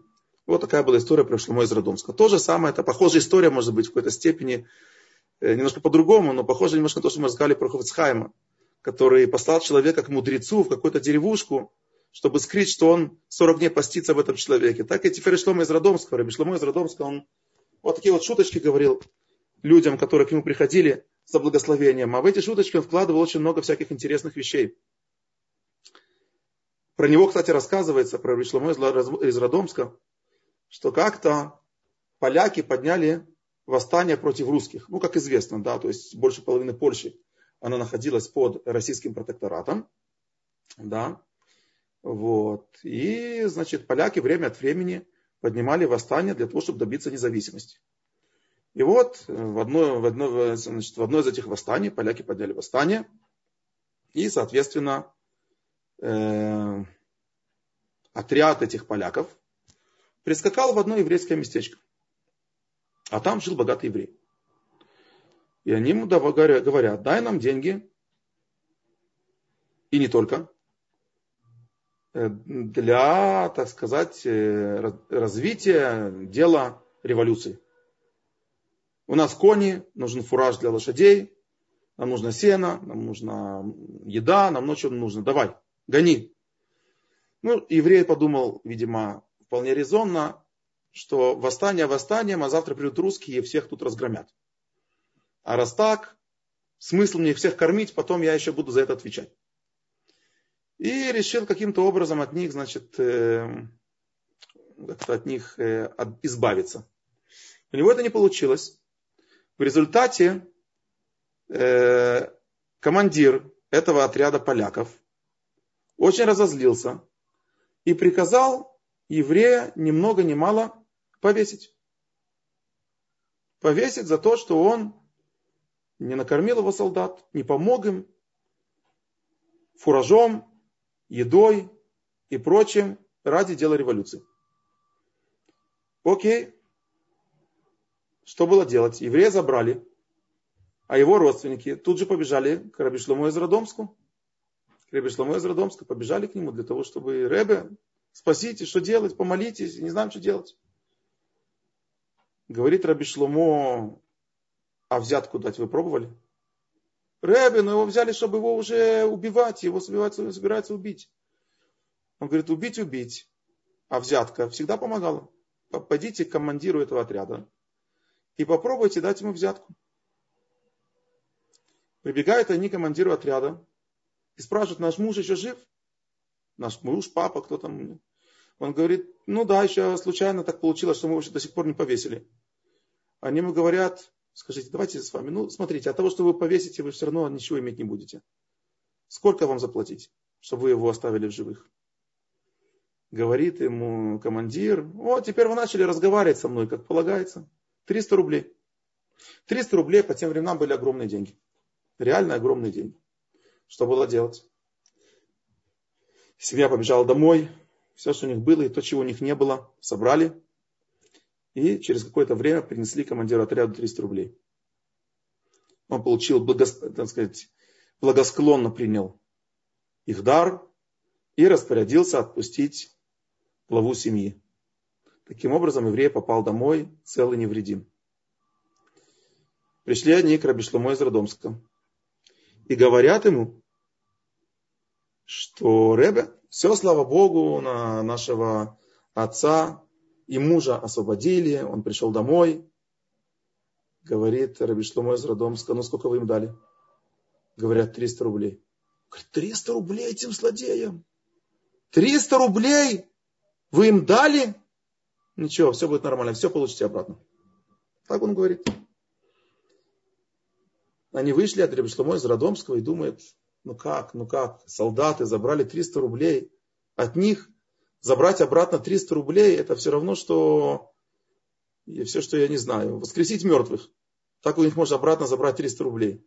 Вот такая была история про Шломо из Родомска. То же самое, это похожая история, может быть, в какой-то степени, немножко по-другому, но похоже немножко на то, что мы рассказали про Хофец Хаима, который послал человека к мудрецу в какую-то деревушку, чтобы скрыть, что он сорок дней постится в этом человеке. Так и теперь Шломо из Родомска, Раби Шломо из Родомска, он вот такие вот шуточки говорил людям, которые к нему приходили за благословением. А в эти шуточки он вкладывал очень много всяких интересных вещей. Про него, кстати, рассказывается, про Раби Шломо из Родомска, что как-то поляки подняли восстание против русских. Ну, как известно, да, то есть больше половины Польши, она находилась под российским протекторатом, да, вот. И, значит, поляки время от времени поднимали восстание для того, чтобы добиться независимости. И вот в одно, в одно, значит, в одно из этих восстаний поляки подняли восстание, и, соответственно, э, отряд этих поляков прискакал в одно еврейское местечко. А там жил богатый еврей. И они ему говорят: дай нам деньги, и не только, для, так сказать, развития дела революции. У нас кони, нужен фураж для лошадей, нам нужно сено, нам нужна еда, нам ночью нужно. Давай, гони. Ну, еврей подумал, видимо, вполне резонно, что восстание восстанием, а завтра придут русские и всех тут разгромят. А раз так, смысл мне их всех кормить, потом я еще буду за это отвечать. И решил каким-то образом от них, значит, э, как-то от них э, от, избавиться. У него это не получилось. В результате э, командир этого отряда поляков очень разозлился и приказал еврея ни много ни мало повесить. Повесить за то, что он не накормил его солдат, не помог им фуражом, едой и прочим ради дела революции. Окей. Что было делать? Еврея забрали, а его родственники тут же побежали к Раби Шломо из Родомску. К Раби Шломо из Родомска побежали к нему для того, чтобы: Ребе, спасите, что делать, помолитесь, не знаем, что делать. Говорит Раби Шломо: а взятку дать вы пробовали? Ребе, но его взяли, чтобы его уже убивать, его собираются, собираются убить. Он говорит: убить, убить. А взятка всегда помогала. Пойдите к командиру этого отряда и попробуйте дать ему взятку. Прибегают они к командиру отряда и спрашивают: наш муж еще жив? Наш муж, папа, кто там? Он говорит: ну да, еще случайно так получилось, что мы его до сих пор не повесили. Они ему говорят: скажите, давайте с вами, ну смотрите, от того, что вы повесите, вы все равно ничего иметь не будете. Сколько вам заплатить, чтобы вы его оставили в живых? Говорит ему командир: вот теперь вы начали разговаривать со мной, как полагается. триста рублей. триста рублей по тем временам были огромные деньги. Реально огромные деньги. Что было делать? Семья побежала домой. Все, что у них было, и то, чего у них не было, собрали. И через какое-то время принесли командиру отряда триста рублей. Он получил, благос... так сказать, благосклонно принял их дар и распорядился отпустить главу семьи. Таким образом, еврей попал домой цел и невредим. Пришли они к Раби Шломо из Родомска и говорят ему, что: Ребе, все, слава Богу, на нашего отца и мужа освободили, он пришел домой. Говорит Раби Шломо из Родомска: ну сколько вы им дали? Говорят: триста рублей. Говорит: триста рублей этим злодеям? триста рублей вы им дали? Ничего, все будет нормально, все получите обратно. Так он говорит. Они вышли от Раби Шломо из Родомского и думают: ну как, ну как, солдаты забрали триста рублей, от них забрать обратно триста рублей, это все равно, что, и все, что я не знаю, воскресить мертвых. Так у них можно обратно забрать триста рублей.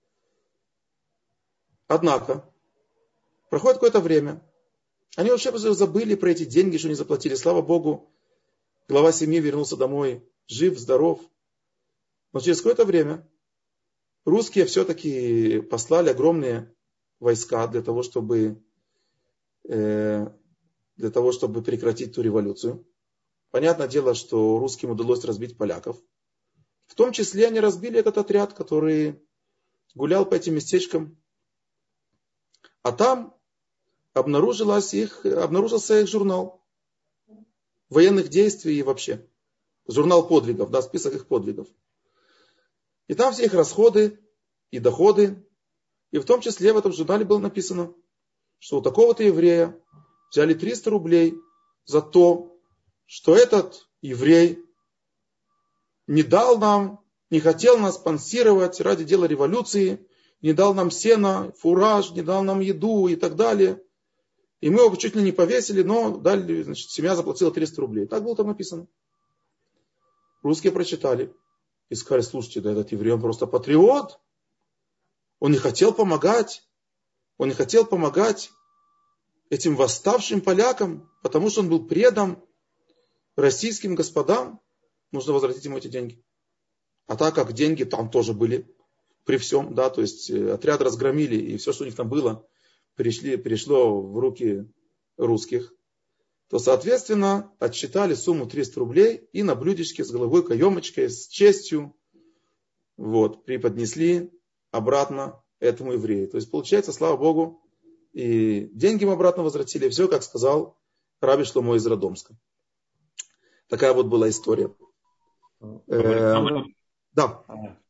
Однако, проходит какое-то время, они вообще забыли про эти деньги, что не заплатили. Слава Богу, глава семьи вернулся домой, жив, здоров. Но через какое-то время русские все-таки послали огромные войска для того, чтобы, э, для того, чтобы прекратить ту революцию. Понятное дело, что русским удалось разбить поляков. В том числе они разбили этот отряд, который гулял по этим местечкам. А там обнаружилось их, обнаружился их журнал военных действий и вообще. Журнал подвигов, да, список их подвигов. И там все их расходы и доходы. И в том числе в этом журнале было написано, что у такого-то еврея взяли триста рублей за то, что этот еврей не дал нам, не хотел нас спонсировать ради дела революции, не дал нам сено, фураж, не дал нам еду и так далее. И мы его чуть ли не повесили, но дали, значит, семья заплатила триста рублей. Так было там написано. Русские прочитали и сказали: слушайте, да этот еврей, он просто патриот. Он не хотел помогать. Он не хотел помогать этим восставшим полякам, потому что он был предан российским господам. Нужно возвратить ему эти деньги. А так как деньги там тоже были при всем, да, то есть отряд разгромили, и все, что у них там было, перешли, перешло в руки русских, то, соответственно, отсчитали сумму триста рублей и на блюдечке с головой каемочкой, с честью, вот, преподнесли обратно этому еврею. То есть, получается, слава Богу, и деньги ему обратно возвратили, все, как сказал раби Шломо из Родомска. Такая вот была история. Э, да.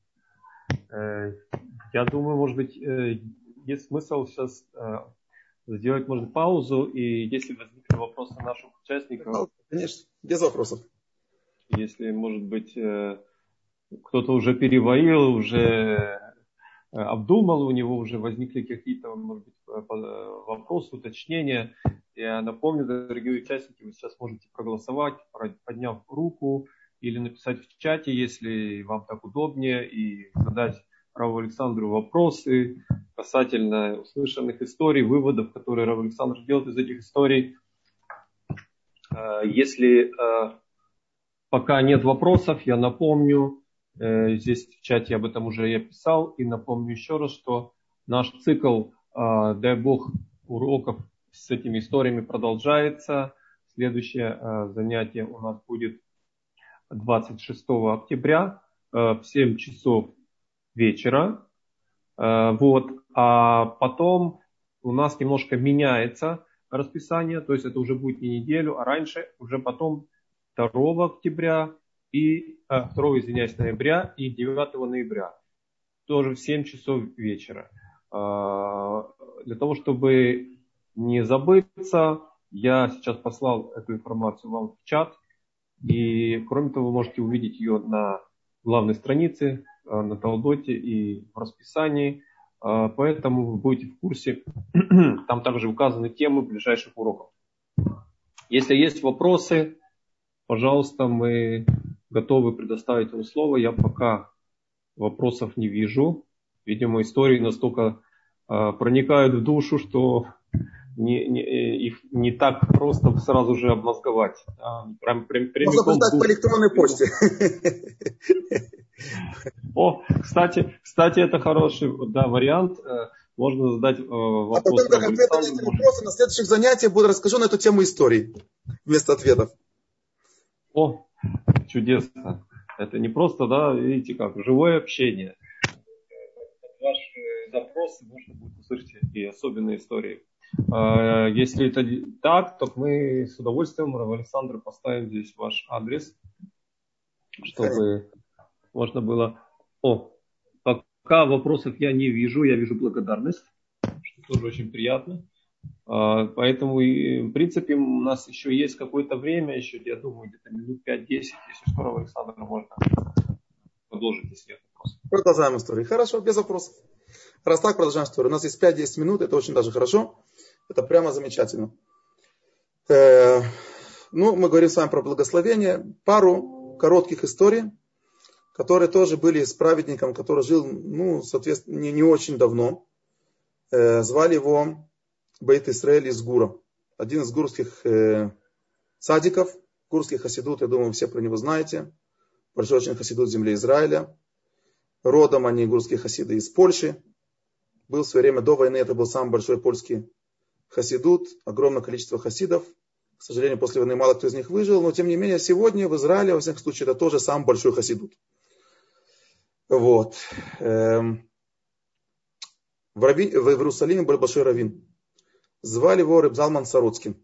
Я думаю, может быть, есть смысл сейчас сделать, может, паузу, и если возникли вопросы наших участников... Конечно, без вопросов. Если, может быть, кто-то уже переварил, уже обдумал, у него уже возникли какие-то, может быть, вопросы, уточнения. Я напомню, дорогие участники, вы сейчас можете проголосовать, подняв руку, или написать в чате, если вам так удобнее, и задать раву Александру вопросы касательно услышанных историй, выводов, которые рав Александр делает из этих историй. Если пока нет вопросов, я напомню, здесь в чате об этом уже я писал, и напомню еще раз, что наш цикл, дай Бог, уроков с этими историями продолжается. Следующее занятие у нас будет двадцать шестого октября в семь часов вечера. Вот. А потом у нас немножко меняется расписание, то есть это уже будет не неделю, а раньше, уже потом второго октября и второго, извиняюсь, ноября и девятого ноября. Тоже в семь часов вечера. Для того, чтобы не забыться, я сейчас послал эту информацию вам в чат. И кроме того, вы можете увидеть ее на главной странице, на Талдоте и в расписании. Поэтому вы будете в курсе. Там также указаны темы ближайших уроков. Если есть вопросы, пожалуйста, мы готовы предоставить вам слово. Я пока вопросов не вижу. Видимо, истории настолько проникают в душу, что Не, не, их не так просто сразу же обмозговать. А, прям, прям, можно прислать по электронной почте. О, кстати, кстати, это хороший, да, вариант. Можно задать вопрос. А потом, как ответы на эти вопросы, на следующих занятиях буду расскажу на эту тему историй вместо ответов. О, чудесно. Это не просто, да, видите как, живое общение. Ваши запросы можно будет услышать и особенные истории. Если это так, то мы с удовольствием, рав Александр, поставим здесь ваш адрес, чтобы можно было... О, пока вопросов я не вижу, я вижу благодарность, что тоже очень приятно. Поэтому, в принципе, у нас еще есть какое-то время, еще, я думаю, где-то минут пять-десять, если что, рав Александр, можно продолжить, если нет вопросов. Продолжаем историю. Хорошо, без вопросов. Раз так, продолжаем историю. У нас есть пять-десять минут, это очень даже хорошо. Это прямо замечательно. Э, ну, мы говорим с вами про благословение. Пару коротких историй, которые тоже были с праведником, который жил, ну, соответственно, не, не очень давно. Э, звали его Бейт Исраэль из Гура. Один из гурских э, садиков, гурский хасидут, я думаю, все про него знаете. Большой очень хасидут в земле Израиля. Родом они, гурские хасиды, из Польши. Был в свое время до войны, это был самый большой польский хасидут, огромное количество хасидов, К сожалению, после войны мало кто из них выжил, но тем не менее сегодня в Израиле, во всяком случае, это тоже самый большой хасидут. Вот. В, Раби, в Иерусалиме был большой раввин. Звали его Рeb Залман Сороцкин.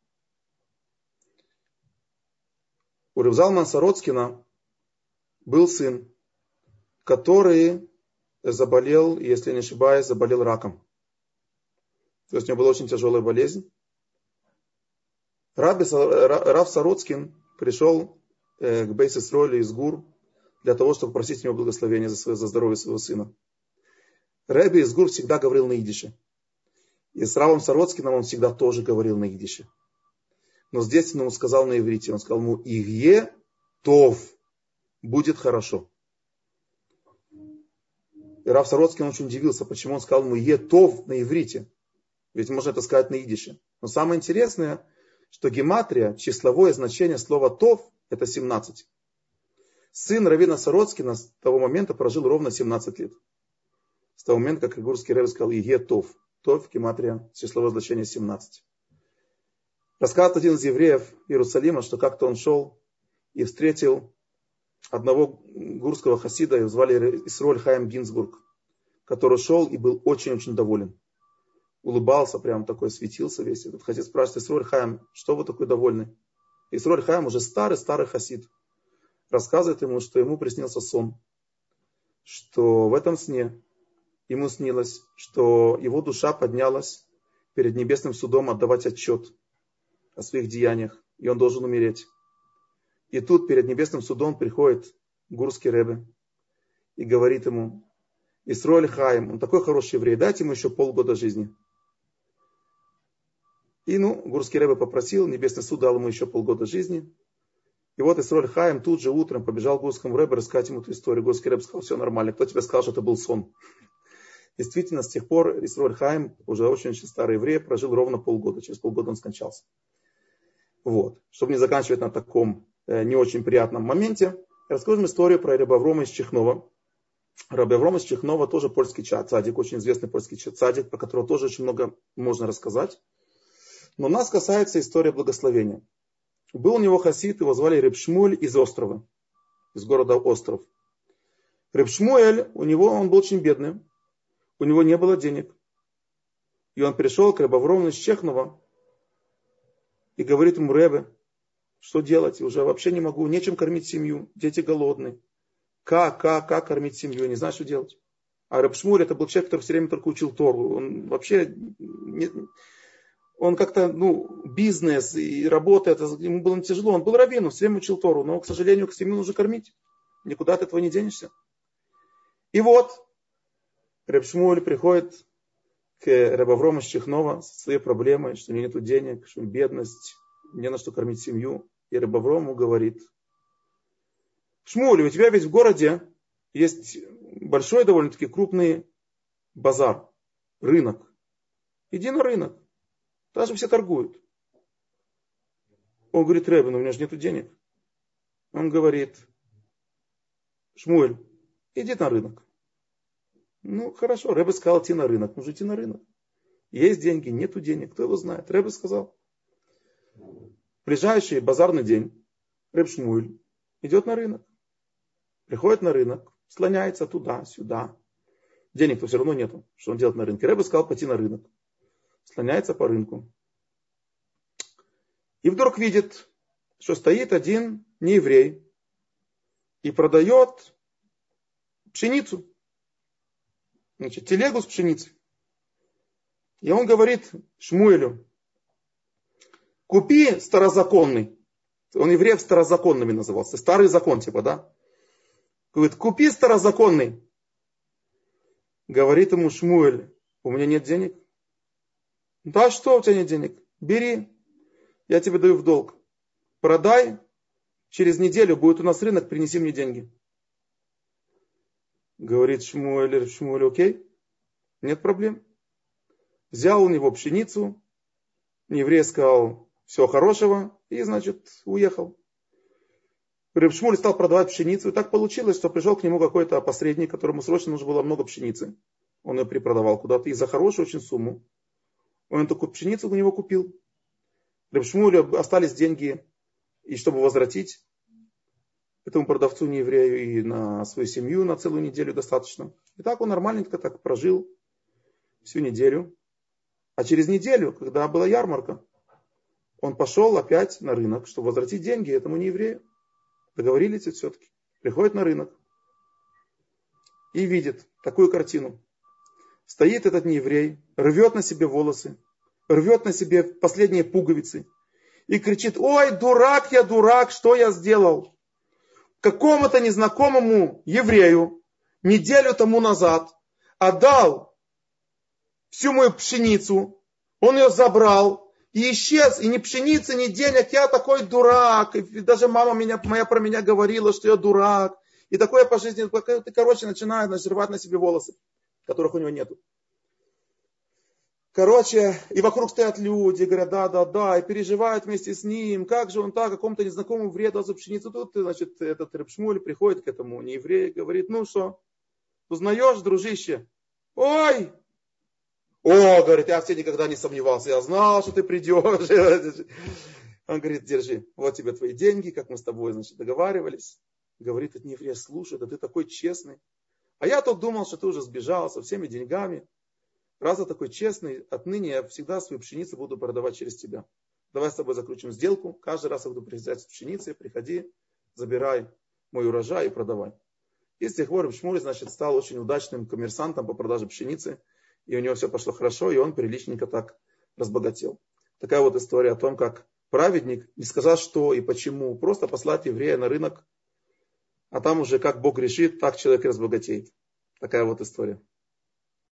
У Рeb Залмана Сороцкина был сын, который заболел, если не ошибаюсь, заболел раком. То есть у него была очень тяжелая болезнь. Раби, Рав Сороцкин пришел к Бейс Исроэлю из Гур для того, чтобы просить у него благословения за, свое, за здоровье своего сына. Раби из Гур всегда говорил на идише. И с Равом Сороцкиным он всегда тоже говорил на идише. Но здесь он ему сказал на иврите. Он сказал ему: «Игье тов», будет хорошо. И Рав Сороцкин очень удивился, почему он сказал ему «Игье тов» на иврите. Ведь можно это сказать на идише. Но самое интересное, что гематрия, числовое значение слова «тов» это семнадцать. Сын раввина Сороцкина с того момента прожил ровно семнадцать лет. С того момента, как Игурский рэб сказал «Игье тов». Тов, гематрия, числовое значение семнадцать. Рассказывает один из евреев Иерусалима, что как-то он шел и встретил одного гурского хасида, его звали Исроэль Хаим Гинзбург, который шел и был очень-очень доволен. Улыбался, прям такой светился весь. Этот хасид спрашивает: Исроэль Хаим, что вы такой довольный? Исроэль Хаим уже старый-старый хасид. Рассказывает ему, что ему приснился сон. Что в этом сне ему снилось, что его душа поднялась перед небесным судом отдавать отчет о своих деяниях. И он должен умереть. И тут перед небесным судом приходит гурский ребе и говорит ему: Исроэль Хаим, он такой хороший еврей, дайте ему еще полгода жизни. И ну, гурский ребе попросил, небесный суд дал ему еще полгода жизни. И вот Исроэль Хаим тут же утром побежал к гурскому ребе рассказать ему эту историю. Гурский ребе сказал: все нормально, кто тебе сказал, что это был сон? Действительно, с тех пор Исроэль Хаим, уже очень-очень старый еврей, прожил ровно полгода. Через полгода он скончался. Вот. Чтобы не заканчивать на таком э, не очень приятном моменте, расскажем историю про Раби Аврома из Чехнова. Раби Авром из Чехнова тоже польский цадик, очень известный польский цадик, про которого тоже очень много можно рассказать. Но нас касается история благословения. Был у него хасид, его звали Реб Шмуэль из острова, из города Остров. Реб Шмуэль, у него, он был очень бедный, у него не было денег. И он пришел к Ребу Аврому из Чехнова и говорит ему: Ребе, что делать? Я уже вообще не могу, нечем кормить семью, дети голодные. Как, как, как кормить семью? Я не знаю, что делать. А Реб Шмуэль это был человек, который все время только учил Тору. Он вообще, не, он как-то, ну, бизнес и работа, это, ему было тяжело. Он был раввином, все время учил Тору, но, к сожалению, к семью нужно кормить. Никуда от этого не денешься. И вот, Реб Шмуэль приходит к Ребу Аврому из Чехнова со своей проблемой, что у него нет денег, что бедность, не на что кормить семью. И Ребу Аврому говорит: Шмуэль, у тебя ведь в городе есть большой, довольно-таки крупный базар, рынок. Иди на рынок, даже все торгуют. Он говорит: Ребе, но у меня же нет денег. Он говорит: Шмуэль, иди на рынок. Ну, хорошо, Ребе сказал идти на рынок. Нужно идти на рынок. Есть деньги, нету денег, кто его знает. Ребе сказал. В ближайший базарный день Реб Шмуэль идет на рынок. Приходит на рынок, слоняется туда-сюда. Денег-то все равно нету. Что он делает на рынке? Ребе сказал пойти на рынок. Слоняется по рынку. И вдруг видит, что стоит один нееврей и продает пшеницу. Значит, телегу с пшеницей. И он говорит Шмуэлю: купи старозаконный. Он евреев старозаконными назывался. Старый закон типа, да? Говорит: купи старозаконный. Говорит ему Шмуэль: у меня нет денег. Да что у тебя нет денег? Бери. Я тебе даю в долг. Продай. Через неделю будет у нас рынок, принеси мне деньги. Говорит Шмуэль, Шмуэль, окей, нет проблем. Взял у него пшеницу, еврей сказал: всего хорошего, и, значит, уехал. Реб Шмуэль стал продавать пшеницу, и так получилось, что пришел к нему какой-то посредник, которому срочно нужно было много пшеницы. Он ее припродавал куда-то, и за хорошую очень сумму он эту пшеницу у него купил. Реб Шмулю остались деньги, и чтобы возвратить этому продавцу не еврею и на свою семью на целую неделю достаточно. И так он нормальненько так прожил всю неделю. А через неделю, когда была ярмарка, он пошел опять на рынок, чтобы возвратить деньги этому нееврею. Договорились все-таки. Приходит на рынок и видит такую картину. Стоит этот нееврей, рвет на себе волосы, рвет на себе последние пуговицы и кричит: ой, дурак я, дурак, что я сделал? Какому-то незнакомому еврею неделю тому назад отдал всю мою пшеницу, он ее забрал и исчез, и ни пшеницы, ни денег, я такой дурак, и даже мама меня, моя про меня говорила, что я дурак, и такое по жизни, ты, короче, начинает значит, рвать на себе волосы, которых у него нету. Короче, и вокруг стоят люди, говорят, да, да, да, и переживают вместе с ним, как же он так, какому-то незнакомому вреду за пшеницу. Тут, значит, этот Реб Шмуль приходит к этому нееврею, говорит: ну что, узнаешь, дружище? Ой! О, говорит, я в тебе никогда не сомневался, я знал, что ты придешь. Он говорит: держи, вот тебе твои деньги, как мы с тобой, значит, договаривались. Говорит этот нееврей: слушай, да ты такой честный. А я тут думал, что ты уже сбежал со всеми деньгами. Раз ты такой честный, отныне я всегда свою пшеницу буду продавать через тебя. Давай с тобой заключим сделку. Каждый раз я буду приезжать с пшеницей, приходи, забирай мой урожай и продавай. И с тех пор Реб Шмуль, значит, стал очень удачным коммерсантом по продаже пшеницы. И у него все пошло хорошо, и он приличненько так разбогател. Такая вот история о том, как праведник не сказал, что и почему. Просто послать еврея на рынок, а там уже как Бог решит, так человек и разбогатеет. Такая вот история.